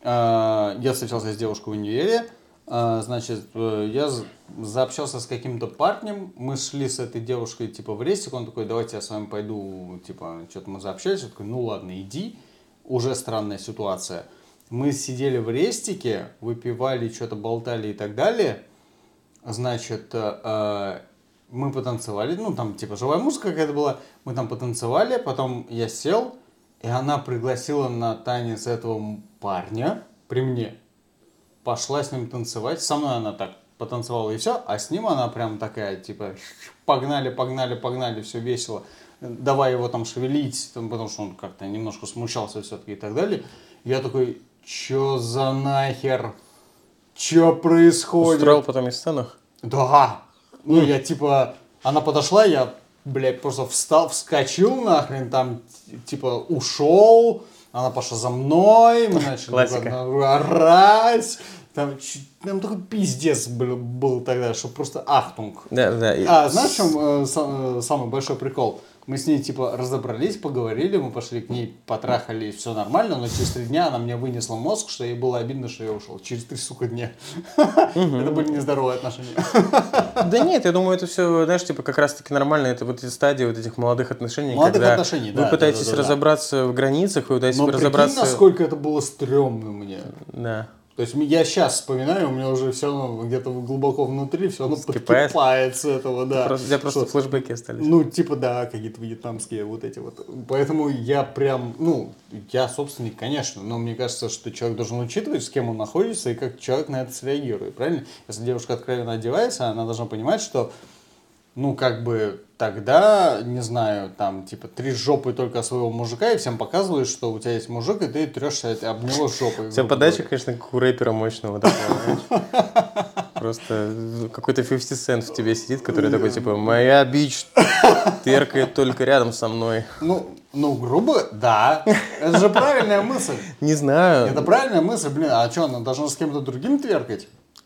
э, я встречался с девушкой в универе. Э, значит, э, я з- заобщался с каким-то парнем. Мы шли с этой девушкой типа в рейсик. Он такой, давайте я с вами пойду. Типа, что-то мы заобщались. Я такой, ну ладно, иди. Уже странная ситуация. Мы сидели в рестике, выпивали, что-то болтали и так далее. Значит, э, э, мы потанцевали, ну там типа живая музыка какая-то была, мы там потанцевали, потом я сел, и она пригласила на танец этого м- парня при мне, пошла с ним танцевать, со мной она так потанцевала и все, а с ним она прям такая, типа, погнали, погнали, погнали, все весело, давай его там шевелить, там, потому что он как-то немножко смущался все-таки и так далее. Я такой, чё за нахер? Чё происходит? Устроил потом из сценах? Да. Ну, я типа, она подошла, я, блядь, просто встал, вскочил нахрен, там, т- типа, ушел, она пошла за мной, мы начали Классика. друг друга орать, там, чуть- там такой пиздец был, был тогда, что просто ахтунг. Да, да. и- А знаешь, в чем э, са- э, самый большой прикол? Мы с ней, типа, разобрались, поговорили, мы пошли к ней, потрахали, все нормально, но через три дня она мне вынесла мозг, что ей было обидно, что я ушел. Через три, сука, дня. Это были нездоровые отношения. Да нет, я думаю, это все, знаешь, типа как раз-таки нормально. Это вот эти стадии вот этих молодых отношений, Молодых когда отношений, вы да, пытаетесь да, да, да, да. разобраться в границах, вы пытаетесь Но прикинь, разобраться... насколько это было стрёмно мне. Да. То есть я сейчас вспоминаю, у меня уже все равно где-то глубоко внутри все равно Вскипает? подкипает с этого, да. Просто, у тебя просто Что- флешбеки остались. Ну, типа, да, какие-то вьетнамские вот эти вот. Поэтому я прям, ну, я собственник, конечно, но мне кажется, что человек должен учитывать, с кем он находится и как человек на это среагирует, правильно? Если девушка откровенно одевается, она должна понимать, что, ну, как бы, тогда, не знаю, там, типа, трешь жопой только своего мужика и всем показываешь, что у тебя есть мужик, и ты трешься об него жопой. У тебя подача, конечно, как у рэпера мощного такого, знаешь. Просто какой-то фифти Cent в тебе сидит, который такой, типа, моя бич теркает только рядом со мной. Ну, ну, грубо, да. Это же правильная мысль. Не знаю. Это правильная мысль, блин, а что, она должна с кем-то другим тверкать?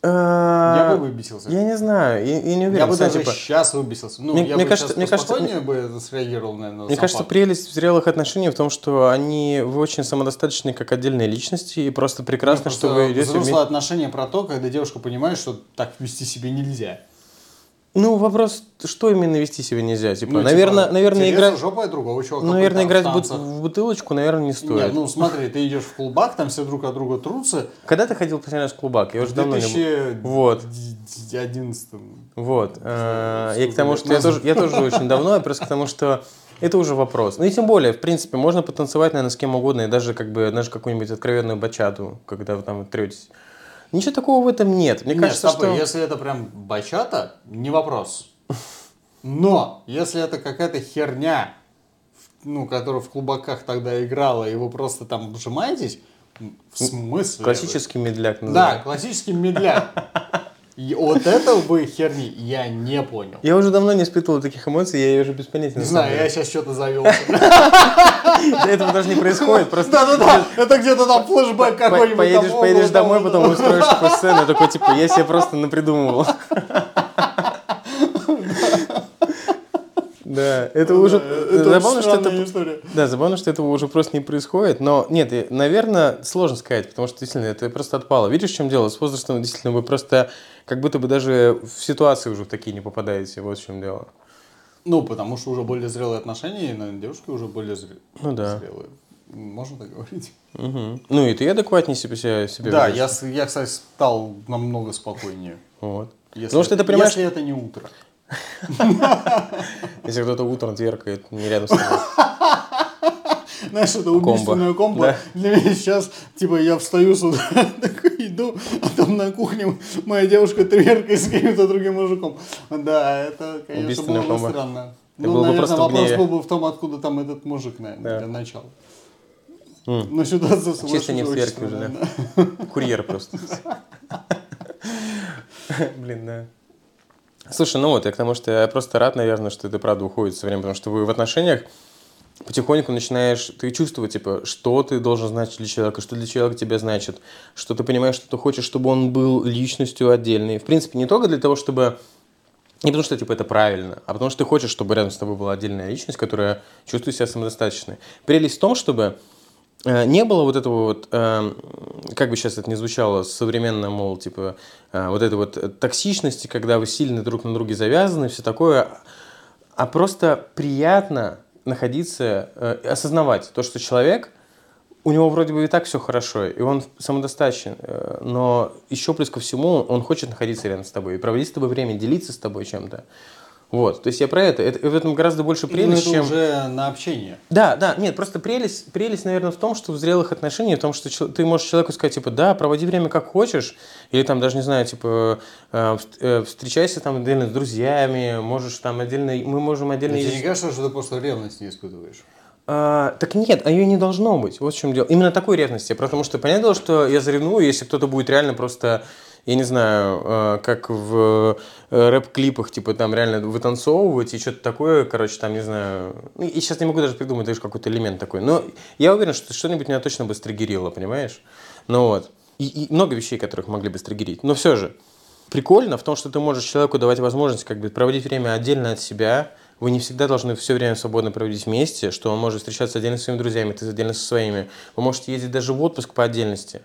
Я Я бы выбесился. Я не знаю, я, я не уверен. Я бы Кстати, даже типа, сейчас выбесился. Ну, Мне- я мне бы кажется- сейчас мне кажется, поспокойнее бы среагировал, наверное, на Мне сам кажется, факт. прелесть зрелых отношений в том, что они вы очень самодостаточны как отдельные личности, и просто прекрасно, Ну, что просто вы идете взрослые вместе. отношения про то, когда девушка понимает, что так вести себя нельзя. Ну, вопрос, что именно вести себя нельзя. Типа, Ну, наверное, типа, наверное, тереться играть, жопой другого чувака. наверное, в играть в, бут- танцах. в бутылочку, наверное, не стоит. Нет, ну смотри, ты идешь в клубак, там все друг от друга трутся. Когда ты ходил последний раз в клубак? Я уже В давно не был. две тысячи Вот. одиннадцатом. Вот. А, сколько Я к тому, лет что я назад. тоже, я тоже очень давно, я просто к тому, что это уже вопрос. Ну и тем более, в принципе, можно потанцевать, наверное, с кем угодно, и даже как бы даже какую-нибудь откровенную бачату, когда вы там третесь. Ничего такого в этом нет. Мне Нет, кажется, стопы, что... если это прям бачата, не вопрос. Но, если это какая-то херня, ну, которая в клубаках тогда играла, и вы просто там вжимаетесь, в смысле? Классический медляк Да, называют. классический медляк. И вот этого бы херни я не понял. Я уже давно не испытывал таких эмоций, я ее уже без понятия. Не на знаю, самом я деле. сейчас что-то завелся. До этого даже не происходит. Просто Да-да-да, это где-то там флешбэк по- какой-нибудь. поедешь, там, поедешь о, домой, да, потом да. устроишь такую сцену, и такой, типа, я себе просто напридумывал. Да, это уже... Это Забавно, что странная это... история. Да, забавно, что этого уже просто не происходит, но нет, и, наверное, сложно сказать, потому что действительно это просто отпало. Видишь, в чем дело? С возрастом действительно вы просто как будто бы даже в ситуации уже в такие не попадаете, вот в чем дело. Ну, потому что уже более зрелые отношения, и, наверное, девушки уже более зре- Ну да. зрелые. Можно так говорить? Мгм. Ну и ты адекватнее себя, себя, себя Да, ведёшь. я, с- я, кстати, стал намного спокойнее. Вот. Если Потому что это, ты понимаешь, если это не утро. если кто-то утром тверкает не рядом с тобой. Знаешь, это убийственная комбо. Да. Для меня сейчас, типа, я встаю с утра, такой иду, а там на кухне моя девушка тверкает с каким-то другим мужиком. Да, это, конечно, Убийственная было бы комбо. странно. Ты Ну, был бы наверное, просто в вопрос гневе. был бы в том, откуда там этот мужик, наверное, Да. для начала. М. Но ситуация Чисто не в очень церкви уже, странная, да? Курьер просто. Блин, да. Слушай, ну вот, я к тому, что я просто рад, наверное, что это правда уходит со временем, потому что вы в отношениях потихоньку начинаешь ты чувствовать, типа, что ты должен значить для человека, что для человека тебе значит, что ты понимаешь, что ты хочешь, чтобы он был личностью отдельной. В принципе, не только для того, чтобы... Не потому что, типа, это правильно, а потому что ты хочешь, чтобы рядом с тобой была отдельная личность, которая чувствует себя самодостаточной. Прелесть в том, чтобы э, не было вот этого вот, э, как бы сейчас это ни звучало, современно, мол, типа, э, вот этой вот токсичности, когда вы сильно друг на друге завязаны, все такое, а просто приятно находиться, э, осознавать то, что человек, у него вроде бы и так все хорошо, и он самодостаточен, э, но еще плюс ко всему он хочет находиться рядом с тобой и проводить с тобой время, делиться с тобой чем-то. Вот, то есть я про это. это в этом гораздо больше Ну, прелесть, это чем... уже на общение. Да, да, нет, просто прелесть, прелесть, наверное, в том, что в зрелых отношениях, в том, что чел- ты можешь человеку сказать, типа, да, проводи время как хочешь, или там даже, не знаю, типа, э, вст- э, встречайся там отдельно с друзьями, можешь там отдельно, мы можем отдельно... Но тебе не ездить- кажется, что ты просто ревность не испытываешь? А, так нет, а ее не должно быть. Вот в чем дело. Именно такой ревности. Потому что понятное дело, что я заревную, если кто-то будет реально просто, я не знаю, э, как в э, рэп-клипах, типа там реально вытанцовывать и что-то такое, короче, там, не знаю. Ну, и сейчас не могу даже придумать даже какой-то элемент такой. Но я уверен, что что-нибудь меня точно бы стригерило, понимаешь? Ну вот. И, и много вещей, которых могли бы стригерить. Но все же. Прикольно в том, что ты можешь человеку давать возможность как бы проводить время отдельно от себя. Вы не всегда должны все время свободно проводить вместе, что он может встречаться отдельно со своими друзьями, ты отдельно со своими. Вы можете ездить даже в отпуск по отдельности.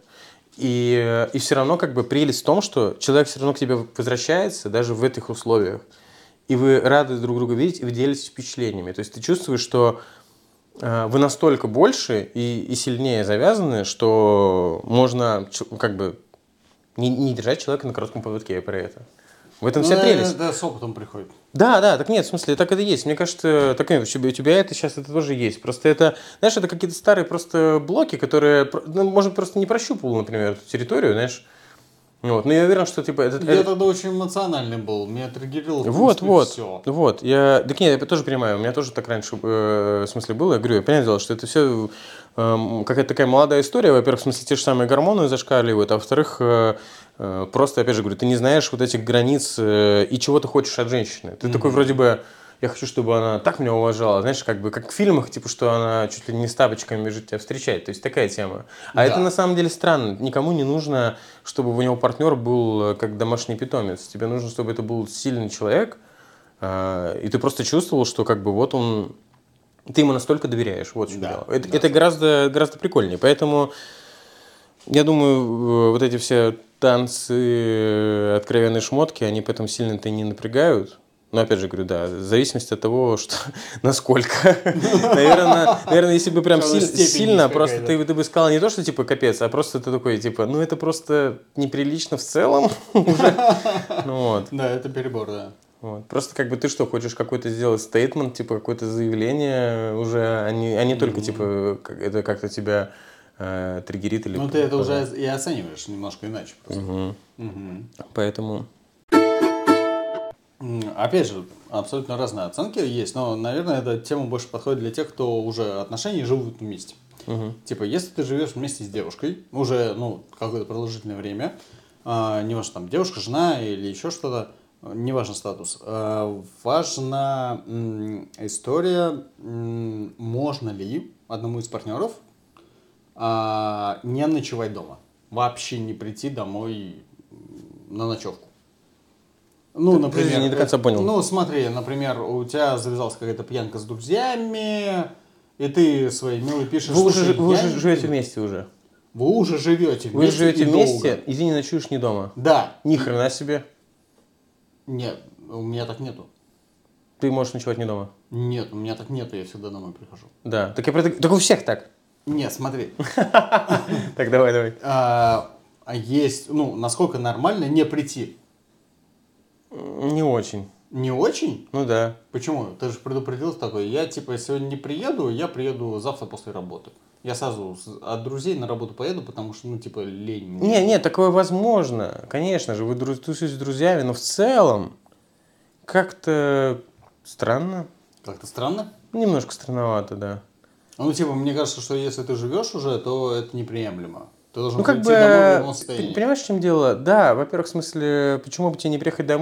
И, и все равно как бы прелесть в том, что человек все равно к тебе возвращается даже в этих условиях. И вы рады друг друга видеть, и вы делитесь впечатлениями. То есть ты чувствуешь, что э, вы настолько больше и, и сильнее завязаны, что можно ч- как бы не, не держать человека на коротком поводке, я про это. В этом Ну, вся да, прелесть. да, с опытом приходит. Да, да, так нет, в смысле, так это есть. Мне кажется, так нет, у тебя, у тебя это сейчас это тоже есть. Просто это, знаешь, это какие-то старые просто блоки, которые, про- ну, может, просто не прощупывал, например, эту территорию, знаешь. Вот. Но я уверен, что типа этот... Я тогда очень эмоциональный был, меня триггерило в Вот, принципе вот, все. вот. Я, так нет, я тоже понимаю, у меня тоже так раньше, э, в смысле, было. Я говорю, я понятное дело, что это все э, какая-то такая молодая история. Во-первых, в смысле, те же самые гормоны зашкаливают, а во-вторых, э, э, просто, опять же, говорю, ты не знаешь вот этих границ э, и чего ты хочешь от женщины. Ты mm-hmm. такой вроде бы, я хочу, чтобы она так меня уважала, знаешь, как бы, как в фильмах, типа, что она чуть ли не с тапочками бежит тебя встречать, то есть такая тема. А Да. это на самом деле странно. Никому не нужно, чтобы у него партнер был как домашний питомец. Тебе нужно, чтобы это был сильный человек, и ты просто чувствовал, что как бы вот он, ты ему настолько доверяешь. Вот в чем Да, дело. Это, да, это гораздо, гораздо прикольнее. Поэтому я думаю, вот эти все танцы, откровенные шмотки, они поэтому сильно-то не напрягают. Но опять же говорю, да, в зависимости от того, что, насколько. Наверное, наверное, если бы прям силь, сильно, просто ты, ты бы сказал не то, что типа капец, а просто ты такой, типа, ну это просто неприлично в целом уже. Ну, вот. Да, это перебор, да. Вот. Просто как бы ты что, хочешь какой-то сделать стейтмент, типа какое-то заявление уже, а не, а не только типа это как-то тебя э, триггерит или... Ну ты это уже и оцениваешь немножко иначе просто. Угу. Угу. Поэтому... Опять же, абсолютно разные оценки есть, но, наверное, эта тема больше подходит для тех, кто уже отношения живут вместе. Угу. Типа, если ты живешь вместе с девушкой уже, ну, какое-то продолжительное время, э, неважно, там, девушка, жена или еще что-то, не важен статус, э, важна м, история, м, можно ли одному из партнеров э, не ночевать дома, вообще не прийти домой на ночевку. Ну, ты, например, ты не до конца понял. Ну, смотри, например, у тебя завязалась какая-то пьянка с друзьями, и ты своей милой пишешь... Вы уже, вы я... уже живете вместе уже. Вы уже живете вместе. Вы живете и вместе, долго. и ты не ночуешь не дома. Да. Ни хрена себе. Нет, у меня так нету. Ты можешь ночевать не дома. Нет, у меня так нету, я всегда домой прихожу. Да, так я про так у всех так. Нет, смотри. Так, давай, давай. А есть, ну, насколько нормально не прийти? Не очень. Не очень? Ну да. Почему? Ты же предупредил такой, я типа сегодня не приеду, я приеду завтра после работы. Я сразу от друзей на работу поеду, потому что, ну, типа, лень мне. Не, не, такое возможно. Конечно же, вы тусуетесь с друзьями, но в целом как-то странно. Как-то странно? Немножко странновато, да. Ну, типа, мне кажется, что если ты живешь уже, то это неприемлемо. Ты должен ну, как прийти бы, домой в любом состоянии. Понимаешь, в чем дело? Да, во-первых, в смысле, почему бы тебе не приехать домой?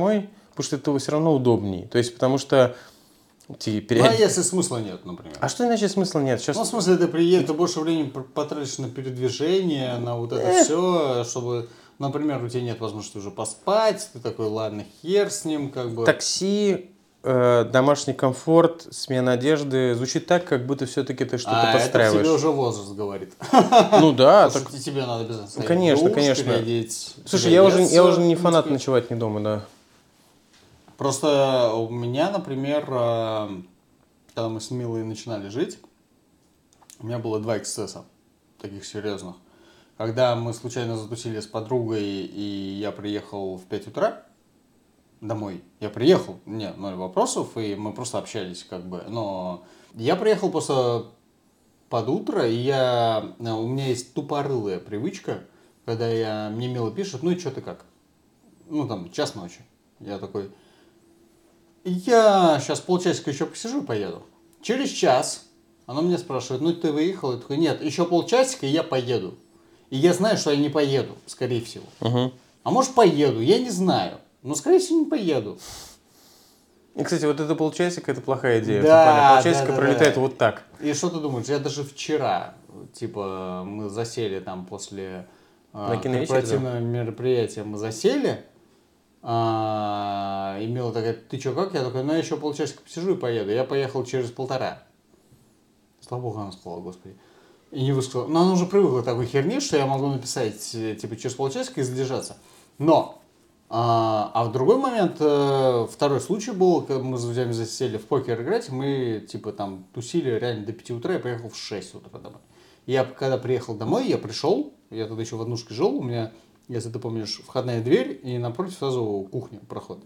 потому что это все равно удобней. То есть, потому что... Ты перед... Ну, а если смысла нет, например? А что иначе смысла нет? Сейчас... Ну, в смысле, ты приедешь, ты больше времени потратишь на передвижение, на вот это Эх. все, чтобы, например, у тебя нет возможности уже поспать, ты такой, ладно, хер с ним, как бы. Такси, э, домашний комфорт, смена одежды. Звучит так, как будто все-таки ты что-то а подстраиваешь. это тебе уже возраст говорит. Ну да. Так... тебе надо обязательно конечно, душ, конечно. переодеть. Слушай, я уже, я уже не фанат ночевать не дома, да. Просто у меня, например, когда мы с Милой начинали жить, у меня было два эксцесса, таких серьезных. Когда мы случайно затусили с подругой, и я приехал в пять утра домой. Я приехал, нет, ноль вопросов, и мы просто общались, как бы. Но я приехал просто под утро, и я... у меня есть тупорылая привычка, когда я... мне Мила пишет, ну и что ты как? Ну там, час ночи. Я такой... Я сейчас полчасика еще посижу и поеду. Через час она меня спрашивает, ну ты выехал? Я такой, нет, еще полчасика и я поеду. И я знаю, что я не поеду, скорее всего. Угу. А может поеду, я не знаю. Но скорее всего не поеду. И, кстати, вот это полчасика, это плохая идея. Да, полчасика да, да, пролетает да. вот так. И что ты думаешь, я даже вчера, типа, мы засели там после На киновечере, корпоративного да? мероприятия, мы засели, а, и Мила такая, ты что, как? Я такой, ну я еще полчасика посижу и поеду. Я поехал через полтора. Слава богу, она спала, господи. И не высказала. Но она уже привыкла к такой херни, что я могу написать, типа, через полчасика и задержаться. Но, а, а в другой момент, э, второй случай был, когда мы с друзьями засели в покер играть, мы, типа, там, тусили реально до пяти утра, я поехал в шесть утра домой. Я, когда приехал домой, я пришел, я тогда еще в однушке жил, у меня, если ты помнишь, входная дверь, и напротив сразу кухня, проход.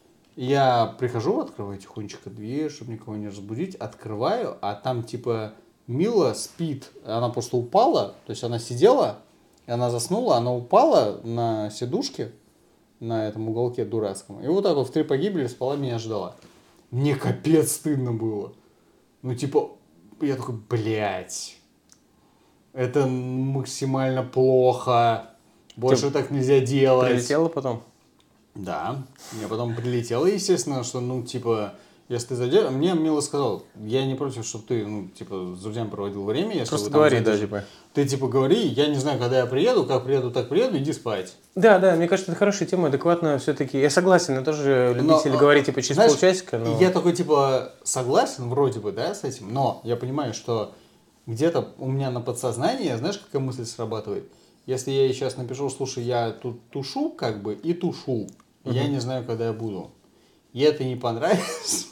Я прихожу, открываю тихонечко дверь, чтобы никого не разбудить, открываю, а там, типа, Мила спит, она просто упала, то есть она сидела, и она заснула, она упала на сидушке, на этом уголке дурацком, и вот так вот в три погибели спала, меня ждала. Мне капец стыдно было. Ну, типа, я такой, блядь, это максимально плохо, больше Ты так нельзя делать. Прилетела потом? Да, я потом прилетела, естественно, что, ну, типа, если ты задержишь... Мне Мила сказал, я не против, чтобы ты, ну, типа, с друзьями проводил время, если Просто вы там говори, задержите. да, типа. Ты, типа, говори, я не знаю, когда я приеду, как приеду, так приеду, иди спать. Да, да, мне кажется, это хорошая тема, адекватно все-таки. Я согласен, я тоже любитель но, говорить, типа, через знаешь, полчасика, но... Я такой, типа, согласен вроде бы, да, с этим, но я понимаю, что где-то у меня на подсознании, знаешь, какая мысль срабатывает? Если я ей сейчас напишу, слушай, я тут тушу, как бы, и тушу, uh-huh. я не знаю, когда я буду. Ей это не понравится.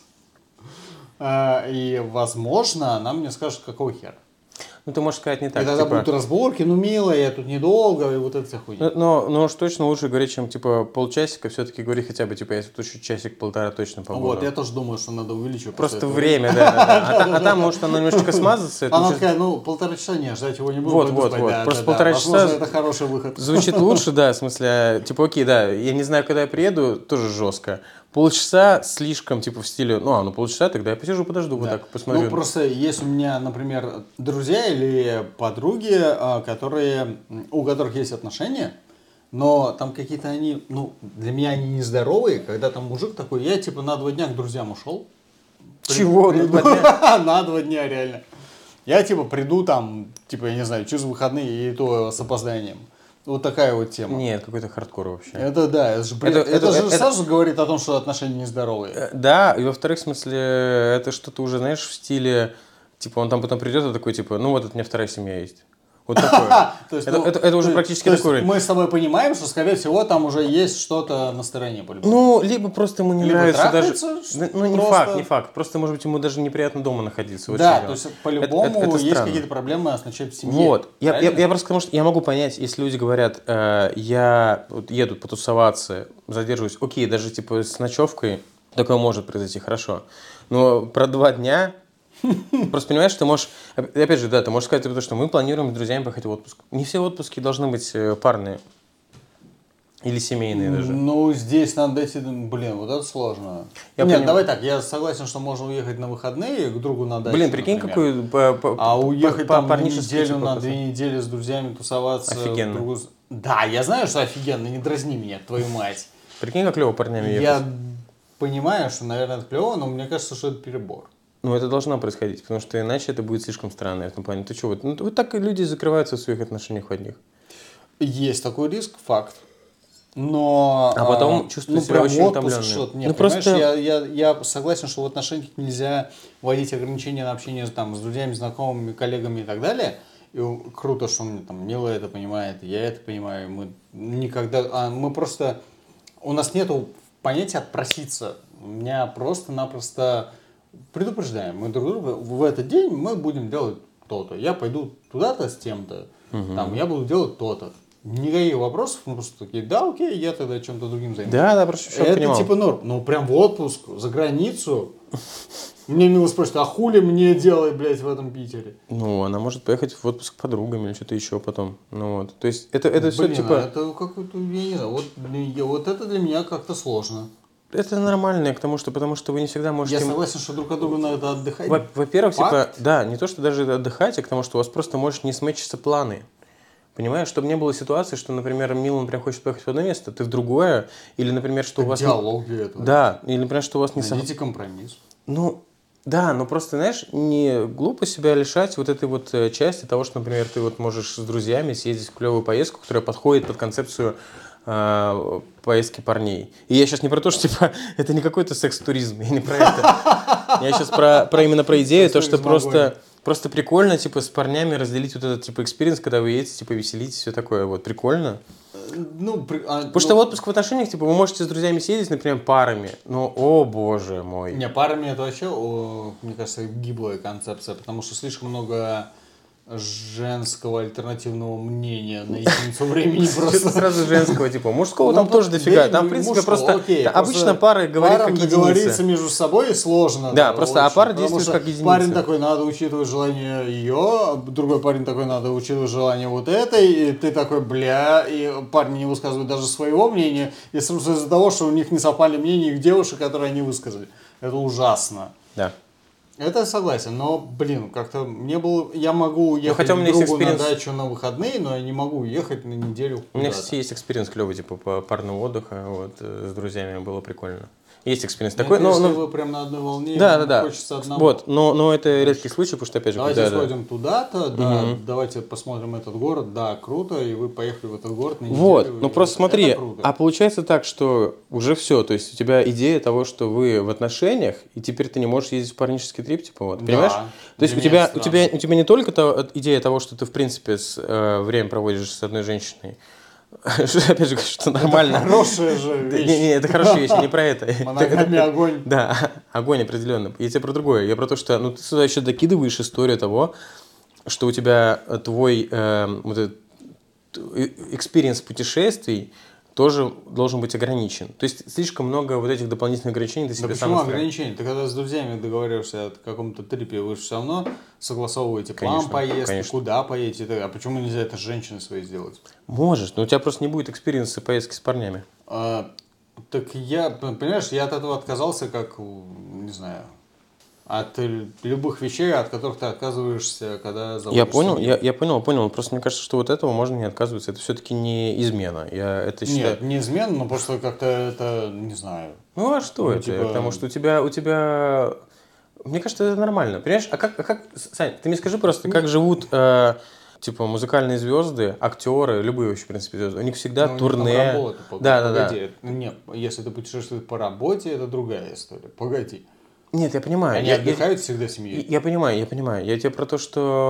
И, возможно, она мне скажет, какого хера. Ну, ты можешь сказать не так. И тогда типа... будут разборки, ну, милая, я тут недолго, и вот это вся хуйня. Но, но уж точно лучше говорить, чем, типа, полчасика, все-таки говори хотя бы, типа, если тут еще часик-полтора точно побуду. Вот, я тоже думаю, что надо увеличивать. Просто время, да, да, да. А там, может, оно немножечко смазаться. Она такая, ну, полтора часа не, ждать его не буду. Вот, вот, вот. Просто полтора часа... это хороший выход. Звучит лучше, да, в смысле, типа, окей, да, я не знаю, когда я приеду, тоже жестко. Полчаса слишком, типа, в стиле, ну, а, ну, полчаса, тогда я посижу, подожду, да. Вот так посмотрю. Ну, просто есть у меня, например, друзья или подруги, которые, у которых есть отношения, но там какие-то они, ну, для меня они нездоровые, когда там мужик такой, я, типа, на два дня к друзьям ушел. Чего? Приду, на два дня? На два дня, реально. Я, типа, приду там, типа, я не знаю, через выходные и то с опозданием. Вот такая вот тема. Нет, какой-то хардкор вообще. Это да, это же, это, это, это же это, сразу это... говорит о том, что отношения нездоровые. Да, и во-вторых, в смысле, это что-то уже, знаешь, в стиле, типа, он там потом придет и такой, типа, ну вот это у меня вторая семья есть. Вот такое. Это уже практически такой. Мы с тобой понимаем, что, скорее всего, там уже есть что-то на стороне. Ну, либо просто ему не нравится даже... Ну, не факт, не факт. Просто, может быть, ему даже неприятно дома находиться. Да, то есть, по-любому, есть какие-то проблемы с началом семьи. Вот. Я просто потому что я могу понять, если люди говорят, я еду потусоваться, задерживаюсь, окей, даже типа с ночевкой такое может произойти, хорошо. Но про два дня... Просто понимаешь, ты можешь, опять же, да, ты можешь сказать, потому что мы планируем с друзьями поехать в отпуск. Не все отпуски должны быть парные или семейные даже. Ну, здесь надо дойти, блин, вот это сложно. Я Нет, поним... давай так, я согласен, что можно уехать на выходные к другу на дачу, блин, прикинь, например. какой... По, по, а уехать по, там по на неделю, на две недели с друзьями тусоваться. Офигенно. Другу... Да, я знаю, что офигенно, не дразни меня, твою мать. Прикинь, как клево парнями ехать. Я понимаю, что, наверное, это клево, но мне кажется, что это перебор. Ну, это должно происходить, потому что иначе это будет слишком странно в этом плане. Ты что, вот, ну, вот так и люди закрываются в своих отношениях одних. Есть такой риск, факт. Но... А потом а, чувствуют ну, себя прям очень отпуск, утомленными. что-то. Нет, Ну, понимаешь, просто- я, я, я согласен, что в отношениях нельзя вводить ограничения на общение там, с друзьями, знакомыми, коллегами и так далее. И круто, что он, там, Мила это понимает, я это понимаю. Мы никогда... А мы просто... У нас нету понятия отпроситься. У меня просто-напросто предупреждаем. Мы друг друга в этот день мы будем делать то-то. Я пойду туда-то с тем-то. Угу. Там, я буду делать то-то. Никаких вопросов, мы просто такие, да, окей, я тогда чем-то другим займусь. Да, да, просто чтобы Это понимал. типа норм. Но прям в отпуск, за границу. Мне Мила спрашивает, а хули мне делать, блядь, в этом Питере? Ну, она может поехать в отпуск к подругам или что-то еще потом. Ну вот. То есть это, это все Блин, типа. а это какой-то, я не знаю, вот, я- вот это для меня как-то сложно. Это нормально, к тому, что потому что вы не всегда можете. Я согласен, что друг от друга надо отдыхать. Во- Во-первых, типа, Факт. да, не то, что даже отдыхать, а к тому, что у вас просто может не сметчиться планы. Понимаешь, чтобы не было ситуации, что, например, Мила, например, хочет поехать в одно место, ты в другое, или, например, что у вас... не- Диалог для этого. Да, или, например, что у вас не... сов- Найдите компромисс. Ну, да, но просто, знаешь, не глупо себя лишать вот этой вот э, части того, что, например, ты вот можешь с друзьями съездить в клевую поездку, которая подходит под концепцию э, поездки парней. И я сейчас не про то, что, типа, это не какой-то секс-туризм, я не про это. Я сейчас про, про именно про идею, то, что Секс-туризм огонь. просто... Просто прикольно, типа, с парнями разделить вот этот, типа, экспириенс, когда вы едете, типа, веселитесь, все такое, вот, прикольно. Ну, при- а, Потому ну, что в отпуск в отношениях, типа, вы можете с друзьями съездить, например, парами, но, о боже мой. Не, парами это вообще, о, мне кажется, гиблая концепция, потому что слишком много женского альтернативного мнения на единицу времени Что-то просто. сразу женского, типа, мужского Ну, там вот, тоже дофига. да, Там, в ну, принципе, мужского, просто окей, да, просто обычно пары говорят парам как договориться единица. между собой сложно. Да, просто, а очень, пара потому действует что как единица. Парень такой, надо учитывать желание ее, другой парень такой, надо учитывать желание вот этой, и ты такой, бля, и парни не высказывают даже своего мнения, и сразу из-за того, что у них не совпали мнения их девушек, которые они высказали. Это ужасно. Да. Это я согласен, но, блин, как-то мне было... Я могу уехать хотя у к меня есть другу на экспириенс. дачу на выходные, но я не могу уехать на неделю У меня, куда-то. кстати, есть экспириенс клевый, типа, по парному отдыху, вот, э, с друзьями было прикольно. Есть экспириенс Это такой, но... если но- вы прям на одной волне, Да, да, вам да. хочется одного. Вот, но, но это редкий случай, потому что, опять же, Давайте когда- да. сходим туда-то, да, давайте посмотрим этот город, да, круто, и вы поехали в этот город на неделю. Вот, и ну просто это смотри, круто. а получается так, что уже все, то есть у тебя идея того, что вы в отношениях, и теперь ты не можешь ездить в парнический трип, типа вот, Да, понимаешь? То есть для у меня тебя, это у тебя, странно. у тебя не только то- идея того, что ты в принципе с, э, время проводишь с одной женщиной, что, опять же, что нормально. Хорошая же Не, вещь. не, это хорошая вещь, я не про это. Моногамия огонь. Да, огонь определенно. Я тебе про другое. Я про то, что ну, ты сюда еще докидываешь историю того, что у тебя э, твой э, вот этот экспириенс путешествий тоже должен быть ограничен. То есть слишком много вот этих дополнительных ограничений ты Да себе сам почему настраиваешь. ограничения? Ты когда с друзьями договариваешься о каком-то трипе, вы же все равно согласовываете план Конечно, поездки, конечно. куда поедете. и так далее. А почему нельзя это с женщиной своей сделать? Можешь, но у тебя просто не будет экспириенса поездки с парнями. А, так я, понимаешь, я от этого отказался, как, не знаю, от любых вещей, от которых ты отказываешься, когда заводишь Я понял, семью. я, я понял, понял. Просто мне кажется, что вот этого можно не отказываться. Это все-таки не измена. Я это считаю. Нет, не измена, но просто как-то это, не знаю. Ну а что Ну, это? типа- Потому что у тебя, у тебя, мне кажется, это нормально. Понимаешь? А как, а как, Сань, ты мне скажи просто, как живут э, типа музыкальные звезды, актеры, любые вообще, в принципе, звезды. У них всегда Ну, у них турне. там работа, погоди, да, да, да. погоди. Нет, если ты путешествуешь по работе, это другая история. Погоди. Нет, я понимаю. Они я, отдыхают всегда семьей. Я, я понимаю, я понимаю. Я тебе про то,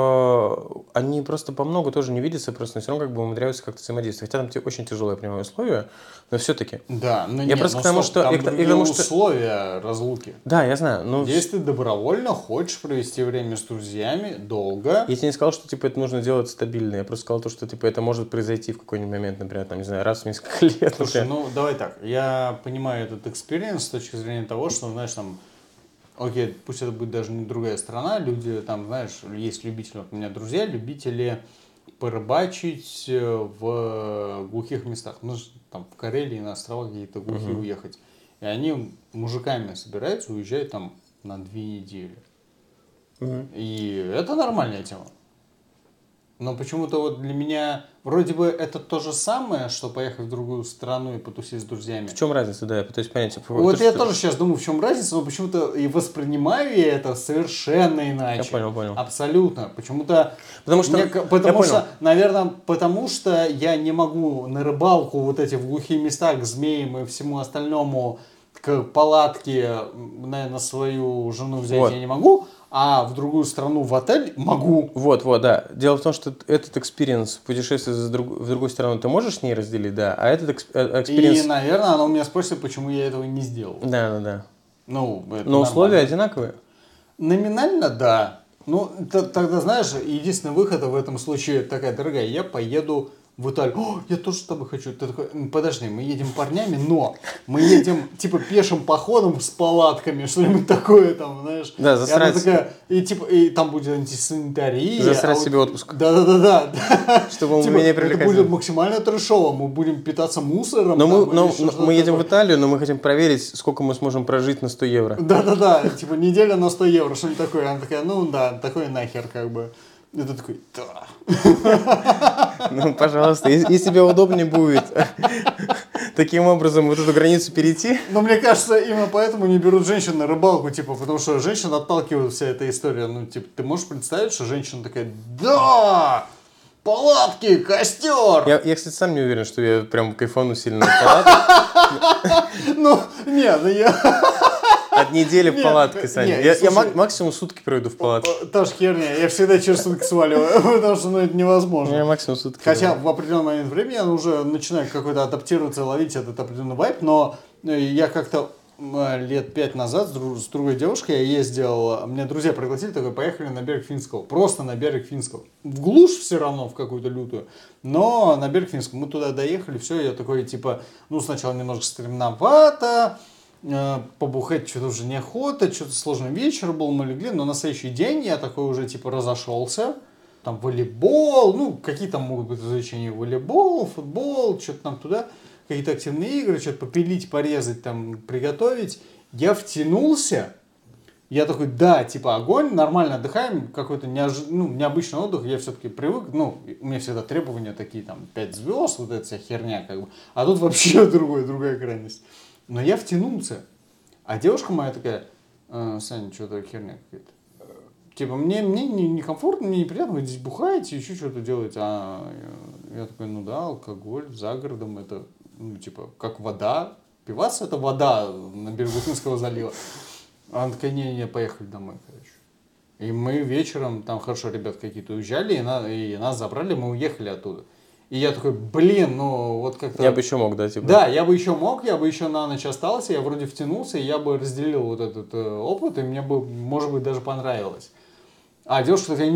что они просто по много тоже не видятся, просто все равно как бы умудряются как-то взаимодействовать. Хотя там те- очень тяжелые, я понимаю, условия, но все-таки. Да, но Я нет, просто ну к тому, стоп, что- там я к- я к другие тому, что- условия разлуки. Да, я знаю. Но Если ты добровольно хочешь провести время с друзьями долго, я тебе не сказал, что типа это нужно делать стабильно. Я просто сказал то, что типа это может произойти в какой-нибудь момент, например, там, не знаю, раз в несколько лет. слушай, например. ну давай так, я понимаю этот экспириенс с точки зрения того, что, знаешь, там, окей, пусть это будет даже не другая страна, люди там, знаешь, есть любители, вот у меня друзья, любители порыбачить э, в глухих местах, ну, ж там в Карелии, на острова какие-то глухие Мгм. уехать. И они мужиками собираются, уезжают там на две недели. Мгм. И это нормальная тема. Но почему-то вот для меня вроде бы это то же самое, что поехать в другую страну и потусить с друзьями. В чем разница, да, я пытаюсь понять. Типа, Вот то, я что... тоже сейчас думаю, в чем разница, но почему-то и воспринимаю я это совершенно иначе. Я понял, понял. Абсолютно. Почему-то... Потому что... Мне, потому я что, понял. наверное, потому что я не могу на рыбалку вот эти в глухие места к змеям и всему остальному, к палатке, наверное, свою жену взять Вот. я не могу, а в другую страну в отель могу. Вот, вот, да. Дело в том, что этот экспириенс путешествия за друг... в другую страну ты можешь с ней разделить, да, а этот экспириенс... И, наверное, она у меня спросит, почему я этого не сделал. Да, да, да. Ну, это Но условия нормально. одинаковые. Номинально, да. Ну, т- тогда, знаешь, единственный выход в этом случае такая, дорогая, я поеду в Италию. О, я тоже с тобой хочу. Ты такой, «М, подожди, мы едем парнями, но мы едем, типа, пешим походом с палатками, что-нибудь такое там, знаешь. Да, И она засрать. такая, и, типа, и там будет антисанитария. Засрать а вот- себе отпуск. Да-да-да. Чтобы он Типа, менее это привлекательным. будет максимально трэшово, мы будем питаться мусором. Но там, мы, или но, еще но что-то мы едем такое. в Италию, но мы хотим проверить, сколько мы сможем прожить на сто евро. Да-да-да, типа неделя на сто евро, что-нибудь такое. Она такая, ну да, такой нахер как бы. И ты такой, да. Ну, пожалуйста, если, если тебе удобнее будет таким образом вот эту границу перейти. Но мне кажется, именно поэтому не берут женщин на рыбалку, типа, потому что женщин отталкивает вся эта история. Ну, типа, ты можешь представить, что женщина такая, да, палатки, костер. Я, я, кстати, сам не уверен, что я прям кайфану сильно от палаток. Ну, нет, ну я... От недели в Нет, палатке, Саня. нет, Я, я слушай- мак- максимум сутки проведу в палатке. Та же херня, я всегда через сутки сваливаю, потому что, ну, это невозможно. Я максимум сутки. Хотя в определенный момент времени я уже начинаю какой-то адаптироваться, ловить этот определенный вайб, но я как-то м, лет пять назад с, друг- с другой девушкой я ездил, меня друзья пригласили, такой, поехали на берег Финского, просто на берег Финского. В глушь все равно, в какую-то лютую, но на берег Финского. Мы туда доехали, все, я такой, типа, ну, сначала немножко стремновато, э, побухать что-то уже неохота, что-то сложный вечер был, мы легли, но на следующий день я такой уже, типа, разошелся. Там волейбол, ну, какие там могут быть развлечения, волейбол, футбол, что-то там туда, какие-то активные игры, что-то попилить, порезать, там, приготовить. Я втянулся, я такой, да, типа, огонь, нормально отдыхаем, какой-то неож... ну, необычный отдых, я все-таки привык, ну, у меня всегда требования такие, там, пять звезд, вот эта вся херня, как бы, а тут вообще другой, другая крайность. Но я втянулся, а девушка моя такая, «Э, Саня, что-то херня какая-то. Типа, мне, мне не- некомфортно, мне неприятно, вы здесь бухаете, еще что-то делаете. А я, я такой, ну да, алкоголь за городом, это, ну, типа, как вода. Пивас это вода на берегу Финского залива. А она такая, не-не, поехали домой, короче. И мы вечером, там хорошо ребят какие-то уезжали, и, на, и нас забрали, мы уехали оттуда. И я такой, блин, ну вот как-то... Я бы еще мог, да, типа. Да, я бы еще мог, я бы еще на ночь остался, я вроде втянулся, и я бы разделил вот этот э, опыт, и мне бы, может быть, даже понравилось. А девушка такая,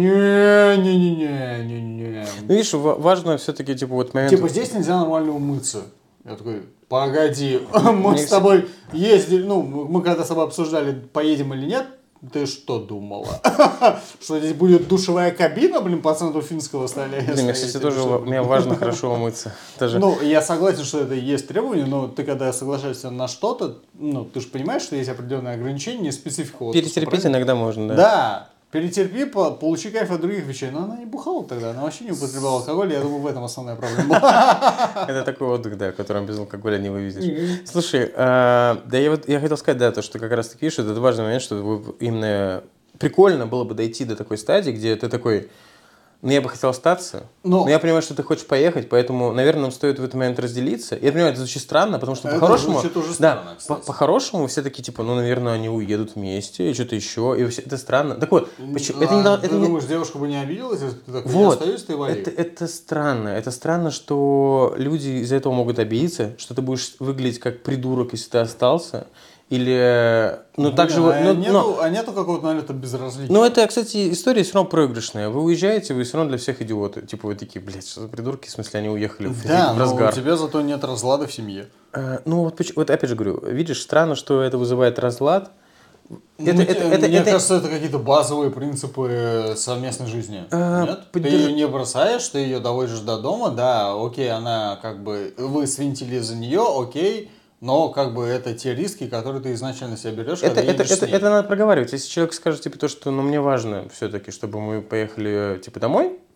не-не-не-не-не-не. Ну, видишь, ва- важно все-таки, типа, вот момент... Типа, здесь нельзя нормально умыться. Я такой, погоди, мы Мне с тобой ездили, ну, мы когда с тобой обсуждали, поедем или нет, ты что думала? Что здесь будет душевая кабина, блин, по центру Финского стали? Блин, мне, кстати, тоже ва- мне важно хорошо умыться. Даже... Ну, я согласен, что это и есть требование, но ты когда соглашаешься на что-то, ну, ты же понимаешь, что есть определенные ограничения, специфика. отпуска, Перетерпеть правильно? иногда можно, да. Да, перетерпи, по- получи кайф от других вещей. Но она не бухала тогда, она вообще не употребляла алкоголь, я думаю, в этом основная проблема была. Это такой отдых, да, которым без алкоголя не вывезешь. Слушай, а, да я вот я хотел сказать, да, то, что как раз ты пишешь, это важный момент, что вы именно прикольно было бы дойти до такой стадии, где ты такой, ну я бы хотел остаться, Но- но я понимаю, что ты хочешь поехать, поэтому, наверное, нам стоит в этот момент разделиться. Я понимаю, это звучит странно, потому что Это по-хорошему, звучит уже да, странно, по- кстати. по-хорошему все такие типа, ну, наверное, они уедут вместе и что-то еще, и все- это странно. Так вот, почему? А Это не, дол- ты это не- думаешь, девушка бы не обиделась, если ты такой, я Вот, остаюсь, ты вали? это, это странно. Это странно, что люди из-за этого могут обидеться, что ты будешь выглядеть как придурок, если ты остался. Или, ну, так же, Блин, вы- а, ну, нету, но- а нету какого-то, наверное, безразличия. ну, это, кстати, история все равно проигрышная. Вы уезжаете, вы все равно для всех идиоты. Типа, вы такие, блядь, что за придурки, в смысле, они уехали в, Да, в но у разгар. тебя зато нет разлада в семье. Э, ну, вот, поч- вот опять же говорю, видишь, странно, что это вызывает разлад. Это, Ну, это, те- это, мне это- кажется, это какие-то базовые принципы совместной жизни. А, Нет? Ты поддерж- ее не бросаешь, ты ее доводишь до дома, да, окей, она как бы, вы свинтили за нее, окей, но как бы это те риски, которые ты изначально себе берешь, Это, когда это, едешь с это, ней. это надо проговаривать. Если человек скажет, типа, то, что ну, мне важно все-таки, чтобы мы поехали, типа, домой,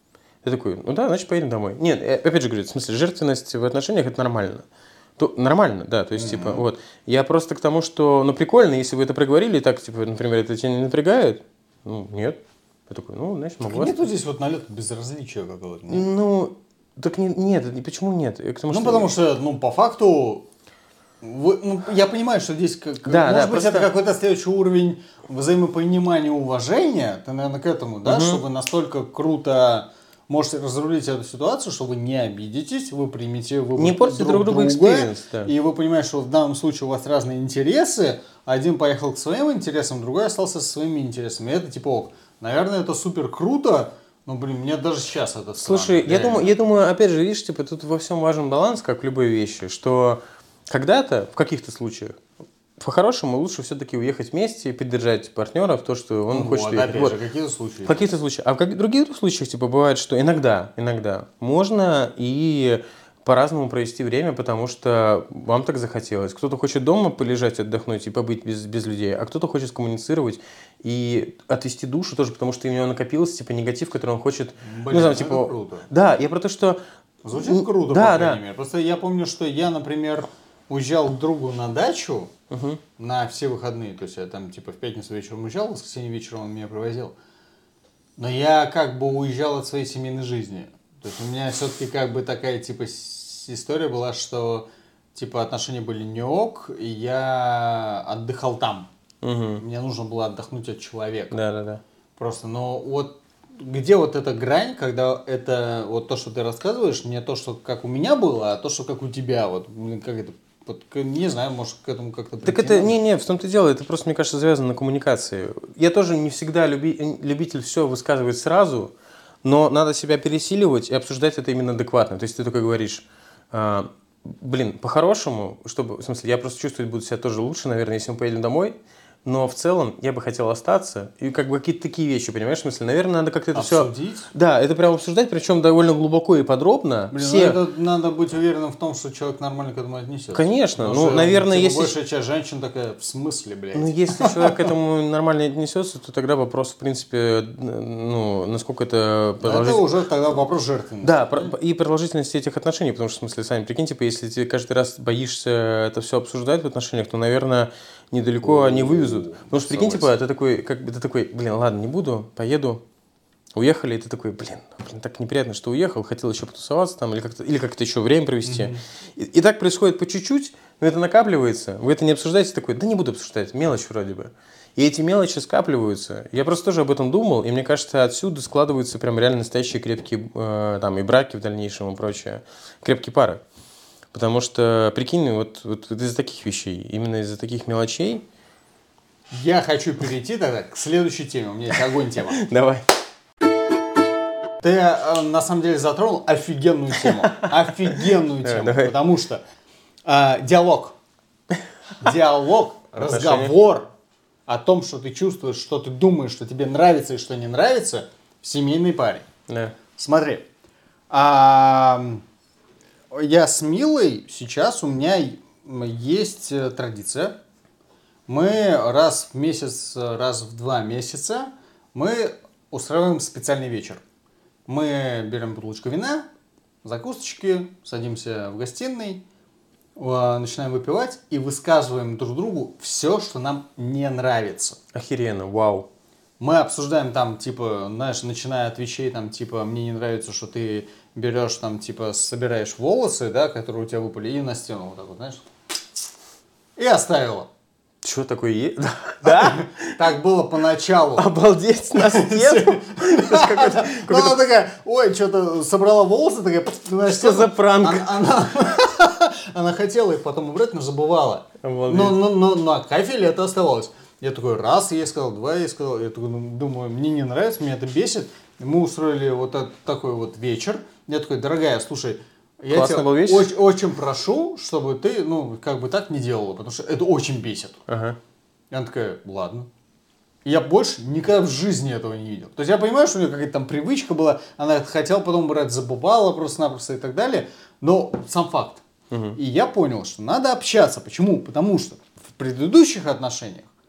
Я такой, ну да, значит, поедем домой. Нет, я, опять же говорю, в смысле, жертвенность в отношениях – это нормально. То, нормально, да, то есть, mm-hmm. типа, вот. Я просто к тому, что, ну, прикольно, если вы это проговорили, так, типа, например, это тебя не напрягает? Ну, нет. Я такой, ну, значит, могу. Так нету здесь вот налета безразличия какого-то? Нет? Ну, так не, нет, почему нет? Я к тому, ну, что... потому что, ну, по факту, вы, ну, я понимаю, что здесь, как, да, может да, быть, просто... это какой-то следующий уровень взаимопонимания, уважения, ты, наверное, к этому, да, mm-hmm. что вы настолько круто можете разрулить эту ситуацию, что вы не обидитесь, вы примете выбор не портите друг другу experience, да. И вы понимаете, что в данном случае у вас разные интересы, один поехал к своим интересам, другой остался со своими интересами. И это типа ок. Наверное, это супер круто, но, блин, мне даже сейчас это странно. Слушай, я думаю, я думаю, опять же, видишь, типа, тут во всем важен баланс, как в любой вещи, что когда-то, в каких-то случаях, по-хорошему лучше все-таки уехать вместе и поддержать партнера в то, что он ну, хочет вот, уехать. Опять вот. же, какие-то случаи. В каких-то случаях. А в как... других случаях, типа, бывает, что иногда, иногда можно и по-разному провести время, потому что вам так захотелось. Кто-то хочет дома полежать, отдохнуть и побыть без, без людей, а кто-то хочет коммуницировать и отвести душу тоже, потому что у него накопился, типа, негатив, который он хочет... Блин, ну, знаю, это типа... круто. Да, я про то, что... Звучит круто, да, по крайней да. мере. Просто я помню, что я, например, уезжал к другу на дачу угу. на все выходные. То есть я там типа в пятницу вечером уезжал, в воскресенье вечером он меня провозил. Но я как бы уезжал от своей семейной жизни. То есть у меня все-таки как бы такая типа история была, что типа отношения были не ок, и я отдыхал там. Угу. Мне нужно было отдохнуть от человека. Да, да, да. Просто, но вот где вот эта грань, когда это вот то, что ты рассказываешь, не то, что как у меня было, а то, что как у тебя, вот, как это, вот, не знаю, может к этому как-то прийти. Так это, не-не, в том-то и дело, это просто, мне кажется, завязано на коммуникации. Я тоже не всегда люби, любитель все высказывать сразу, но надо себя пересиливать и обсуждать это именно адекватно. То есть ты только говоришь, а, блин, по-хорошему, чтобы, в смысле, я просто чувствовать буду себя тоже лучше, наверное, если мы поедем домой. Но в целом я бы хотел остаться. И как бы какие-то такие вещи, понимаешь, в смысле, наверное, надо как-то это все... Обсудить? Да, это прям обсуждать, причем довольно глубоко и подробно. Блин, все... ну это надо быть уверенным в том, что человек нормально к этому отнесется. Конечно, Потому ну, что, наверное, типа, если... большая часть женщин такая, в смысле, блядь? Ну, если человек к этому нормально отнесется, то тогда вопрос, в принципе, ну, насколько это продолжительность... Это уже тогда вопрос жертвенности. Да, да, и продолжительности этих отношений, потому что, в смысле, сами прикинь, типа, если ты каждый раз боишься это все обсуждать в отношениях, то, наверное, недалеко они вывезут. Потому что, прикинь, типа, ты такой, как бы ты такой, блин, ладно, не буду, поеду. Уехали, и ты такой, блин, блин, так неприятно, что уехал, хотел еще потусоваться там, или как-то, или как-то еще время провести. Mm-hmm. И, и так происходит по чуть-чуть, но это накапливается, вы это не обсуждаете, такой, да не буду обсуждать, мелочь вроде бы. И эти мелочи скапливаются. Я просто тоже об этом думал, и мне кажется, отсюда складываются прям реально настоящие крепкие э, там и браки в дальнейшем и прочее, крепкие пары. Потому что, прикинь, вот, вот из-за таких вещей, именно из-за таких мелочей. Я хочу перейти тогда к следующей теме, у меня есть огонь тема. Давай. Ты, на самом деле, затронул офигенную тему. Офигенную тему. Потому что э, диалог. Диалог, разговор о том, что ты чувствуешь, что ты думаешь, что тебе нравится и что не нравится в семейной паре. Да. Смотри. А, я с Милой, сейчас у меня есть традиция. Мы раз в месяц, раз в два месяца мы устраиваем специальный вечер. Мы берем бутылочку вина, закусочки, садимся в гостиной, начинаем выпивать и высказываем друг другу все, что нам не нравится. Охеренно, вау. Мы обсуждаем там, типа, знаешь, начиная от вещей, там, типа, мне не нравится, что ты берешь, там, типа, собираешь волосы, да, которые у тебя выпали, и на стену вот так вот, знаешь, и оставила. Что такое есть? Да? Так было поначалу. Обалдеть, на стену? Ну, она такая, ой, что-то собрала волосы, такая, что за пранк? Она хотела их потом убрать, но забывала. Но на кафеле это оставалось. Я такой, раз, я ей сказал, два, я ей сказал. Я такой, думаю, мне не нравится, меня это бесит. Мы устроили вот такой вот вечер. Я такой, дорогая, слушай, я тебя очень, очень прошу, чтобы ты, ну, как бы так не делала, потому что это очень бесит. Ага. И она такая, ладно. И я больше никогда в жизни этого не видел. То есть я понимаю, что у нее какая-то там привычка была, она хотела потом брать, забывала просто-напросто и так далее, но сам факт. Угу. И я понял, что надо общаться. Почему? Потому что в предыдущих отношениях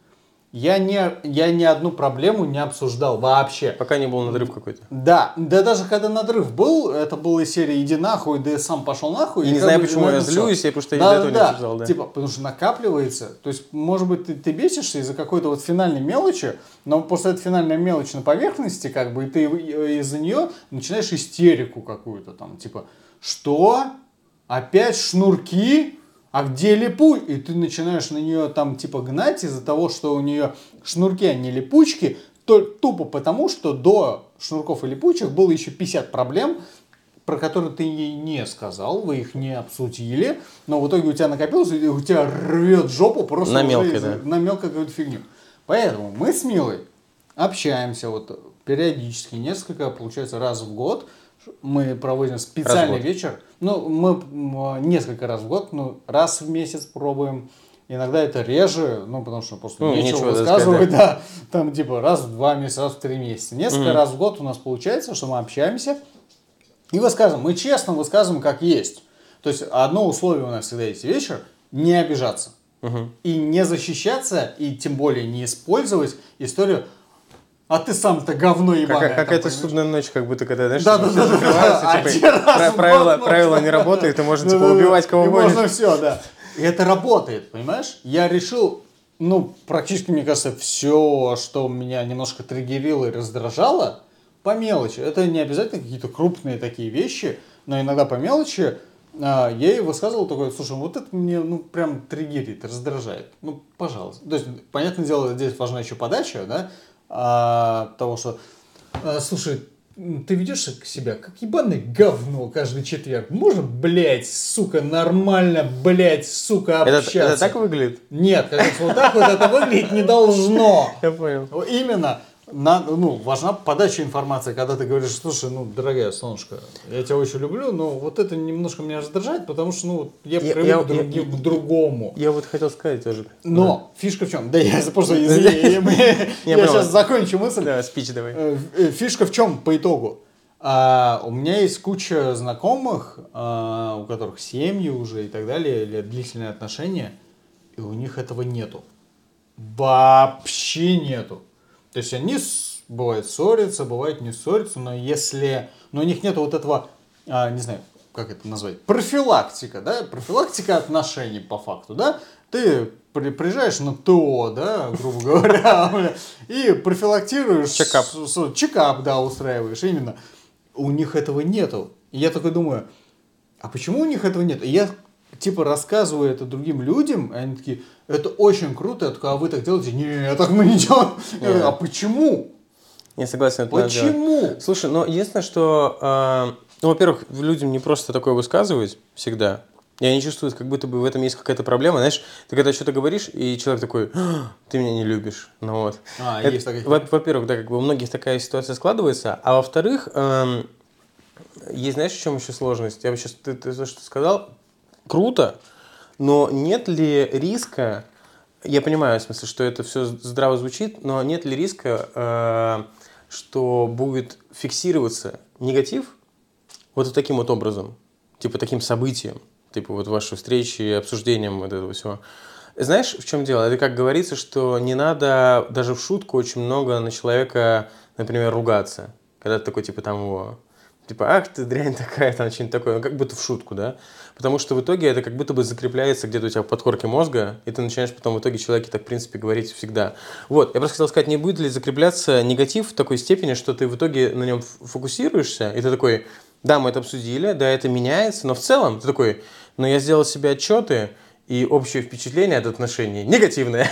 Я не, я ни одну проблему не обсуждал вообще. Пока не был надрыв какой-то. Да, да даже когда надрыв был, это была серия «Иди нахуй», да и сам пошел нахуй. И и не знаю, бы, почему ну, я это злюсь, всё. я потому что я Да, до этого да, не да. обсуждал, да. Типа, потому что накапливается. То есть, может быть, ты, ты бесишься из-за какой-то вот финальной мелочи, но после этой финальной мелочи на поверхности, как бы, и ты из-за нее начинаешь истерику какую-то там. Типа, что? Опять шнурки? А где липучки? И ты начинаешь на нее там типа гнать из-за того, что у нее шнурки, а не липучки, то, тупо потому, что до шнурков и липучек было еще пятьдесят проблем, про которые ты ей не сказал, вы их не обсудили, но в итоге у тебя накопилось, и у тебя рвет жопу просто на уже мелкой, из- да. на мелкую какую-то фигню. Поэтому мы с Милой общаемся вот периодически, несколько, получается, раз в год. Мы проводим специальный Раз в год. вечер. Ну, мы м, несколько раз в год, ну, раз в месяц пробуем. Иногда это реже, ну, потому что просто Ну, нечего нечего высказывать, сказать, да. Там, типа, раз в два месяца, раз в три месяца. Несколько Мгм. раз в год у нас получается, что мы общаемся и высказываем. Мы честно высказываем, как есть. То есть, одно условие у нас всегда есть вечер – не обижаться. Мгм. И не защищаться, и тем более не использовать историю «а ты сам-то говно ебаное». Как, там, какая-то понимаешь? судная ночь, как будто когда, знаешь, Да, типа, да, все да, да, закрываются, да. типа, Один пра- раз в правила, год правила можно. не работают, и можно, Да, типа, да, да. убивать кого И угодно. можно все, да. И это работает, понимаешь? Я решил, ну, практически, мне кажется, все, что меня немножко триггерило и раздражало, по мелочи. Это не обязательно какие-то крупные такие вещи, но иногда по мелочи а, я ей высказывал такое: слушай, вот это мне, ну, прям триггерит, раздражает. Ну, пожалуйста. То есть, понятное дело, здесь важна еще подача, да, а, того, что, а, слушай, ты ведешь себя как ебаное говно каждый четверг. Можно, блядь, сука, нормально, блядь, сука, Это, общаться? это так выглядит? Нет, конечно, вот так вот это выглядеть не должно. Я понял. Именно, на, ну, важна подача информации, когда ты говоришь: слушай, ну, дорогая солнышко, я тебя очень люблю, но вот это немножко меня раздражает, потому что, ну, я, Я- привык я- к, други- я- к другому. Я вот хотел сказать тоже. Но фишка в чем? Да я просто, извини, я, я понял. сейчас закончу мысль. Да, спич давай. Э, э, Фишка в чем по итогу? А, у меня есть куча знакомых, а, у которых семьи уже и так далее, или длительные отношения, и у них этого нету. Вообще нету. То есть они, с- бывает, ссорятся, бывает не ссорятся, но если... Но у них нету вот этого, а, не знаю, как это назвать, профилактика, да? Профилактика отношений по факту, да? Ты при- приезжаешь на ТО, да, грубо говоря, и профилактируешь... Чекап. с- с- Чекап, да, устраиваешь, именно. У них этого нету. И я такой думаю, а почему у них этого нет? И я типа рассказываю это другим людям, и они такие: это очень круто. Я такой: а вы так делаете? Не, так мы не делаем. Я говорю: а почему? Не согласен, это надо делать. Почему? Слушай, ну единственное, что, э, ну, во-первых, людям не просто такое высказывать всегда. И они чувствуют, как будто бы в этом есть какая-то проблема. Знаешь, ты когда что-то говоришь, и человек такой: «А, ты меня не любишь». Ну вот. А, Это, есть такая во- Во-первых, да, как бы у многих такая ситуация складывается. А во-вторых, эм, есть, знаешь, в чем еще сложность? Я бы сейчас, ты, ты то, что сказал, круто, но нет ли риска, я понимаю, в смысле, что это все здраво звучит, но нет ли риска, э, что будет фиксироваться негатив вот таким вот образом, типа таким событием, типа вот вашей встречи, обсуждением вот этого всего. Знаешь, в чем дело? Это как говорится, что не надо даже в шутку очень много на человека, например, ругаться. Когда ты такой, типа, там его... Типа, ах ты дрянь такая, там что-нибудь такое. Ну, как будто в шутку, да? Потому что в итоге это как будто бы закрепляется где-то у тебя в подкорке мозга, и ты начинаешь потом в итоге человеке так, в принципе, говорить всегда. Вот, я просто хотел сказать, не будет ли закрепляться негатив в такой степени, что ты в итоге на нем фокусируешься, и ты такой: да, мы это обсудили, да, это меняется, но в целом ты такой: но я сделал себе отчеты, и общее впечатление от отношений негативное.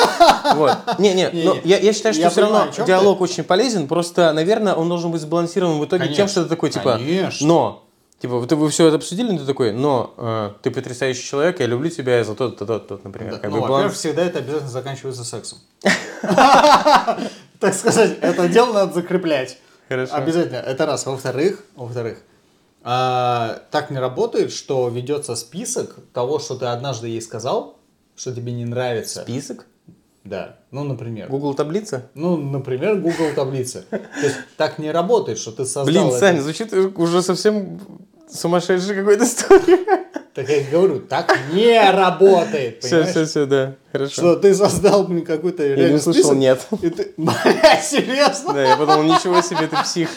Вот. Не-не, но я, я считаю, что Я все понимаю, равно о чем диалог очень полезен, просто, наверное, он должен быть сбалансирован в итоге Конечно, тем, что ты такой, типа, конечно. но, типа, вот вы все это обсудили, но ты такой: но э, ты потрясающий человек, я люблю тебя за то-то, то-то, то-то, например. Да, Как ну, бы во-первых, баланс. всегда это обязательно заканчивается сексом. Так сказать, это дело надо закреплять. Хорошо. Обязательно. Это раз. Во-вторых, во-вторых, а, так не работает, что ведется список того, что ты однажды ей сказал, что тебе не нравится. Список? Да. Ну, например. Google таблица? Ну, например, Google таблица. То есть так не работает, что ты создал Блин, это- Саня, звучит уже совсем сумасшедшей какой-то история. Так я говорю, так не работает, Все, понимаешь? все, все, да, хорошо. Что ты создал, блин, какой-то Я реально не слышал, список, нет. и ты, бля, серьезно? Да, я подумал, ничего себе, ты псих.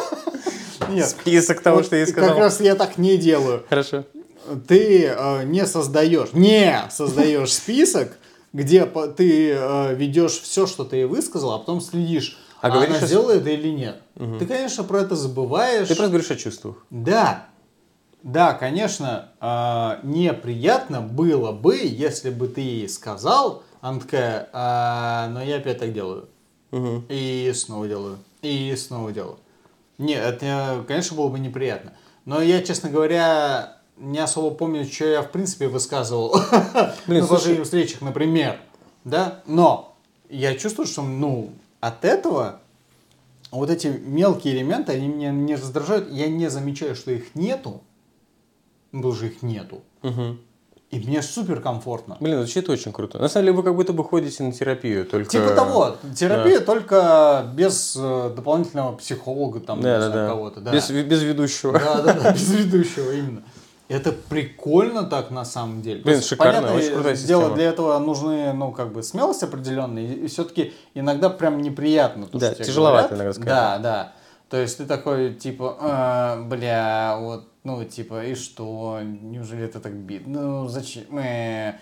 Нет. Список того, Вот что я Как сказал. раз я так не делаю. Хорошо. Ты э, не создаешь, не создаешь список, где по- ты э, ведешь все, что ты ей высказал, а потом следишь, А а говоришь, она что- сделала это или нет. Ты, конечно, про это забываешь. Ты просто говоришь о чувствах. Да, да, конечно, э, неприятно было бы, если бы ты ей сказал, она такая, «А, но я опять так делаю. Мгм. И снова делаю. И снова делаю. Нет, это, конечно, было бы неприятно. Но я, честно говоря, не особо помню, что я, в принципе, высказывал Блин, на слушай- сложных встречах, например. Да? Но я чувствую, что, ну, от этого вот эти мелкие элементы, они меня не раздражают. Я не замечаю, что их нету. Ну, потому что их нету. Мгм. И мне супер комфортно. Блин, звучит очень круто. На самом деле, вы как будто бы ходите на терапию, только... Типа того, терапия только без э, дополнительного психолога, там, Да, не да, знаю, да. кого-то. Да. Без, без ведущего. Да, да, да, без ведущего именно. Это прикольно так на самом деле. Блин, То есть, шикарно, понятное очень крутая дело, система. для этого нужны, ну, как бы, смелость определенная. И, все-таки иногда прям неприятно. То, Да, что тебе тяжеловато говорят. иногда сказать. Да, да. То есть ты такой, типа, «А, бля, вот, ну, типа, и что? Неужели это так бит? Ну, зачем? Э».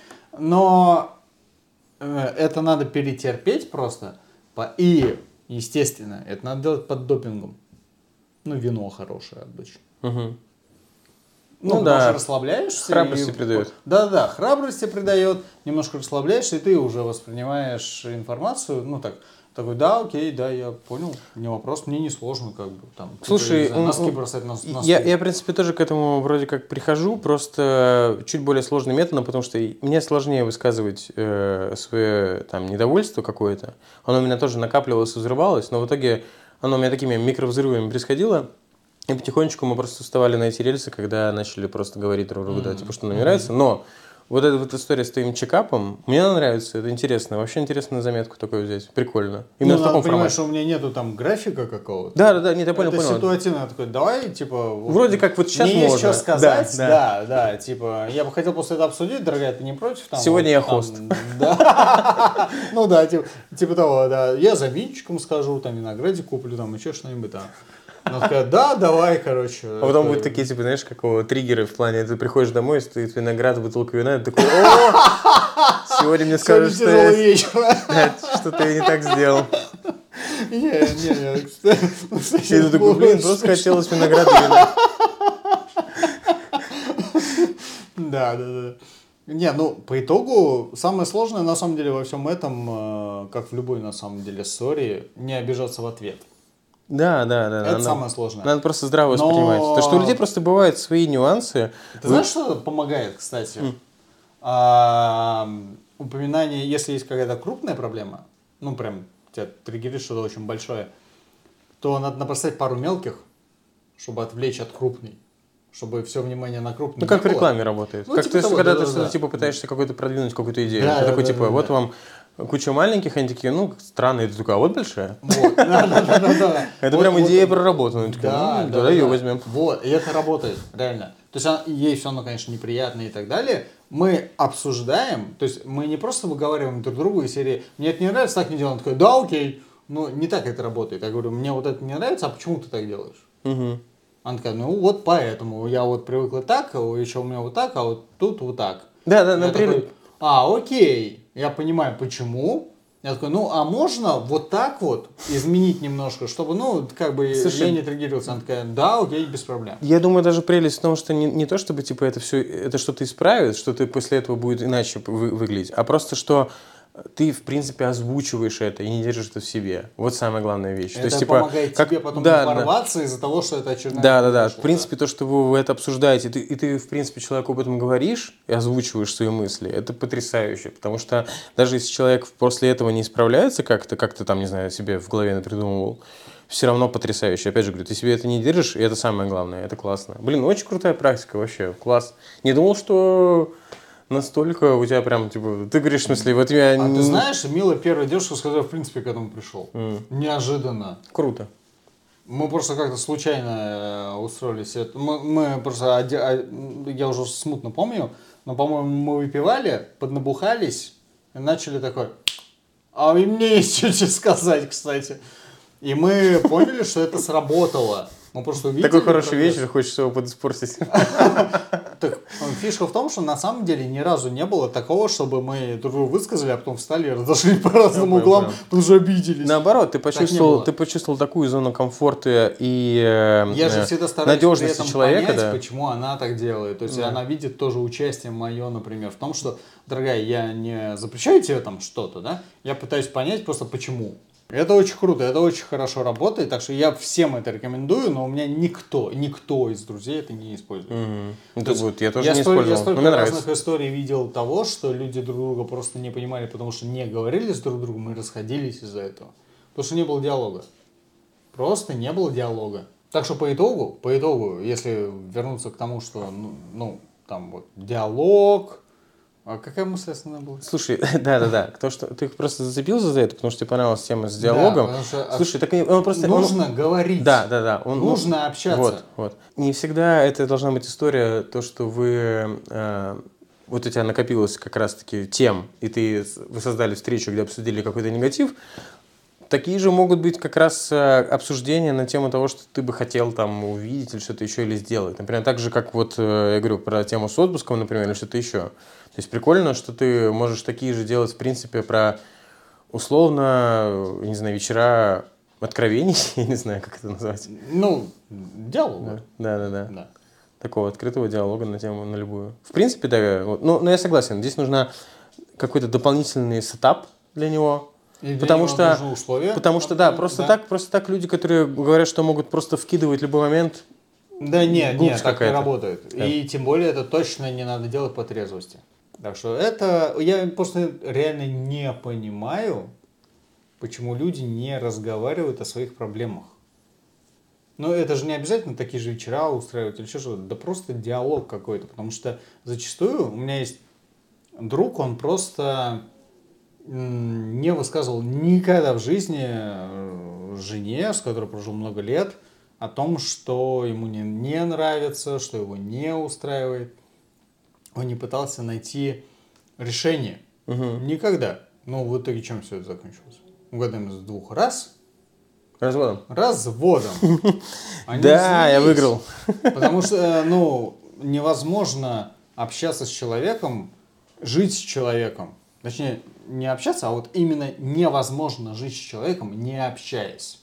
Но э, это надо перетерпеть просто. По- И, естественно, это надо делать под допингом. Ну, вино хорошее обычно. Мгм. Ну, Ну потому да. что расслабляешься. Храбрости и- придает. Да-да, храбрости придает, немножко расслабляешься, и ты уже воспринимаешь информацию, ну так, такой, да, окей, да, я понял, не вопрос, мне не сложно, как бы, там, типа, Слушай, не знаю, м, носки м, бросать на, на стол. Я, я, в принципе, тоже к этому вроде как прихожу, просто чуть более сложным методом, потому что и- мне сложнее высказывать э, свое там, недовольство какое-то. Оно у меня тоже накапливалось и взрывалось, но в итоге оно у меня такими микровзрывами происходило. И потихонечку мы просто вставали на эти рельсы, когда начали просто говорить друг другу, да, типа, что нам не нравится. Но вот эта вот история с твоим чекапом, мне она нравится, это интересно. Вообще интересно на заметку такое взять. Прикольно. Именно Ну, в надо таком понимать, формате. что у меня нету там графика какого-то. Да, да, да, нет, я понял, Это понял. ситуативно, я такой, давай, типа... вот, Вроде как вот сейчас мне есть можно. что сказать, Да, да, да. да, типа, я бы хотел после этого обсудить, дорогая, ты не против? Там, Сегодня вот, я там, хост. Да. Ну да, типа, типа того, да, я за винчиком схожу, там, виноградик куплю, там, еще что-нибудь там. Она такая, да, давай, короче. А потом будут такие, типа, знаешь, какого триггеры в плане, ты приходишь домой, стоит виноград, бутылка вина, и ты такой, о, сегодня мне скажут, что тяжелый я вечер. да, что-то я не так сделал. Не, не, не, кстати, И ты такой, блин, просто хотелось виноград и вина. Да, да, да. Не, ну, по итогу, самое сложное, на самом деле, во всем этом, э, как в любой, на самом деле, ссоре, не обижаться в ответ. Да, да, да. Это надо- самое сложное. Надо просто здраво Но- воспринимать. Потому что у людей просто бывают свои нюансы. Ты Вы- знаешь, что помогает, кстати? А, упоминание, если есть какая-то крупная проблема, ну, прям тебя триггерит что-то очень большое, то надо набросать пару мелких, чтобы отвлечь от крупной. Чтобы все внимание на крупный Ну, как в не было. рекламе работает. Ну, как типа ты, того, когда да, ты да, что-то да. типа пытаешься какой-то продвинуть какую-то идею. Да, ты да, такой, да, типа, да, вот да. вам куча маленьких, они такие, ну, странные. Ты такой, а вот большая? Вот, да, да, да, да, да. Это Вот, прям вот, идея вот. проработана. Ты такой, Да, «М, да, давай да, ее да. возьмем. Вот, и это работает, реально. То есть она- ей все равно, конечно, неприятно и так далее. Мы обсуждаем, то есть мы не просто выговариваем друг другу из серии «мне это не нравится, так не делаем». Он такой, да, окей. Ну, не так это работает. Я говорю, мне вот это не нравится, а почему ты так делаешь? Мгм. Она такая, ну вот поэтому. Я вот привыкла так, а еще у меня вот так, а вот тут вот так. Да, да, Я например. такой, а, окей. Я понимаю, почему. Я такой, ну, а можно вот так вот изменить немножко, чтобы, ну, как бы Слушай, я не триггерился. Она такая, да, окей, без проблем. Я думаю, даже прелесть в том, что не, не то, чтобы типа это все, это что-то исправит, что ты после этого будет иначе вы- выглядеть, а просто что ты, в принципе, озвучиваешь это и не держишь это в себе. Вот самая главная вещь. Это То есть, типа, помогает как- тебе потом да, не да. порваться из-за того, что это очередная... Да, да, да. В произошло, принципе, то, что вы, вы это обсуждаете, ты, и ты, в принципе, человеку об этом говоришь и озвучиваешь свои мысли, это потрясающе. Потому что даже если человек после этого не справляется как-то, как-то там, не знаю, себе в голове напридумывал, все равно потрясающе. Опять же говорю, ты себе это не держишь, и это самое главное, это классно. Блин, очень крутая практика вообще, класс. Не думал, что настолько у тебя прям, типа, ты говоришь, в смысле, вот я... А не- ты знаешь, Мила первая девушка, с которой, в принципе, к этому пришел. Неожиданно. Круто. Мы просто как-то случайно э, устроились. Это- Мы, мы просто, оде- а, я уже смутно помню, но, по-моему, мы выпивали, поднабухались и начали такой, а и мне есть что тебе сказать, кстати. И мы поняли, что это сработало. Мы просто увидели... Такой хороший прогресс. вечер, хочется его подиспортить. Так, фишка в том, что на самом деле ни разу не было такого, чтобы мы друг другу высказали, а потом встали и разошлись по разным понял, углам, понял. потому что обиделись. Наоборот, ты не почувствовал, было. ты почувствовал такую зону комфорта и э, Я же э, всегда стараюсь при надежности этом человека, понять, да. почему она так делает. То есть она видит тоже участие мое, например, в том, что, дорогая, я не запрещаю тебе там что-то, да? Я пытаюсь понять просто почему. Это очень круто, это очень хорошо работает, так что я всем это рекомендую, но у меня никто, никто из друзей это не использует. Мгм. То Это есть вот, я тоже я не столь- использовал, Я столько но мне разных нравится. историй видел того, что люди друг друга просто не понимали, потому что не говорили с друг другом и расходились из-за этого. Потому что не было диалога. Просто не было диалога. Так что по итогу, по итогу, если вернуться к тому, что, ну, ну, там вот диалог... А какая мысль основная была? Слушай, да-да-да, то, что ты просто зацепился за это, потому что тебе понравилась тема с диалогом. потому что Слушай, так и он просто... он- Нужно говорить. Да, да, да. Он, Нужно он- общаться. Вот, вот. Не всегда это должна быть история, то, что вы... э, вот у тебя накопилось как раз-таки тем, и ты, с- вы создали встречу, где обсудили какой-то негатив. Такие же могут быть как раз э, обсуждения на тему того, что ты бы хотел там увидеть или что-то еще или сделать. Например, так же, как вот э, я говорю про тему с отпуском, например, или что-то еще. То есть прикольно, что ты можешь такие же делать, в принципе, про условно, не знаю, вечера откровений, я не знаю, как это назвать. Ну, диалог. Да, да, да, да. Да. Такого открытого диалога на тему, на любую. В принципе, да, вот, ну, но я согласен, здесь нужна какой-то дополнительный сетап для него. И для Потому него что, нужны условия. потому что, да, просто так, просто так люди, которые говорят, что могут просто вкидывать в любой момент. Да нет, Глупость нет, так не какая-то. работает. Да. И тем более это точно не надо делать по трезвости. Так что это, я просто реально не понимаю, почему люди не разговаривают о своих проблемах. Но это же не обязательно такие же вечера устраивать или что-то, да просто диалог какой-то. Потому что зачастую у меня есть друг, он просто м, не высказывал никогда в жизни э, жене, с которой прожил много лет, о том, что ему не, не нравится, что его не устраивает. Он не пытался найти решение. Никогда. Но в итоге чем все это закончилось? Угадаем из двух раз. Разводом. Разводом. Они Да, я извинились. выиграл. Потому что, ну, невозможно общаться с человеком, жить с человеком. Точнее, не общаться, а вот именно невозможно жить с человеком, не общаясь.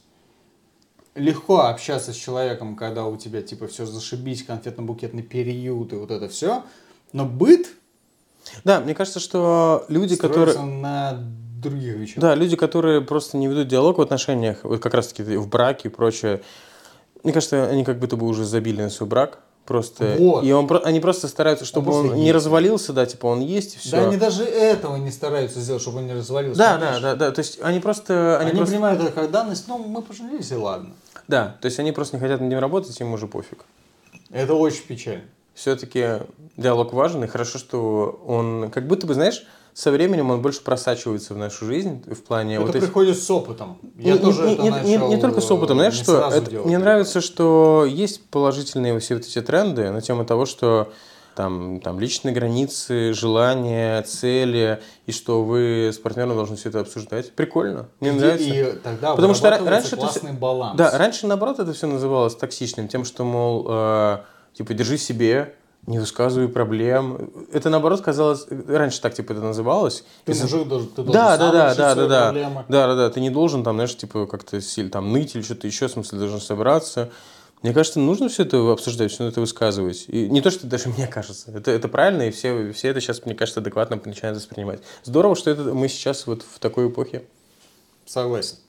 Легко общаться с человеком, когда у тебя типа все зашибись, конфетно-букетный период и вот это все. Но быт Да, мне кажется, что люди, строится которые... на других вещах. Да, люди, которые просто не ведут диалог в отношениях, вот как раз-таки в браке и прочее, мне кажется, они как будто бы уже забили на свой брак. Просто. Вот. И он, про- они просто стараются, чтобы Он он, просто не есть. развалился, да, типа он есть и все. Да они даже этого не стараются сделать, чтобы он не развалился. Да, да, понимаешь? да, да. То есть они просто. Они Они, просто- понимают это как данность, ну, мы поженились, и ладно. Да, то есть они просто не хотят над ним работать, им уже пофиг. Это очень печально. Все-таки диалог важен, и хорошо, что он, как будто бы, знаешь, со временем он больше просачивается в нашу жизнь в плане Это вот этих- приходит с опытом. Я не, тоже не- это не- начал не- не только с опытом, знаешь, не что сразу это- делать. мне нравится, что есть положительные все вот эти тренды на тему того, что там, там личные границы, желания, цели, и что вы с партнером должны все это обсуждать. Прикольно, мне И- нравится. И тогда Потому что ра- вырабатывается раньше это классный всё- баланс. Да, раньше, наоборот, это все называлось токсичным, тем, что, мол, э, типа, держи себе, не высказывай проблем. Это, наоборот, казалось... Раньше так, типа, это называлось. Ты Из-за- мужик, должен- ты должен Да, сам да, да, решить да, да, свои да. проблемы. Да, да, да. Ты не должен там, знаешь, типа, как-то сильно там ныть или что-то еще, в смысле, должен собраться. Мне кажется, нужно все это обсуждать, все это высказывать. И не то, что даже мне кажется. Это, это правильно, и все, все это сейчас, мне кажется, адекватно начинают воспринимать. Здорово, что это мы сейчас вот в такой эпохе. Согласен.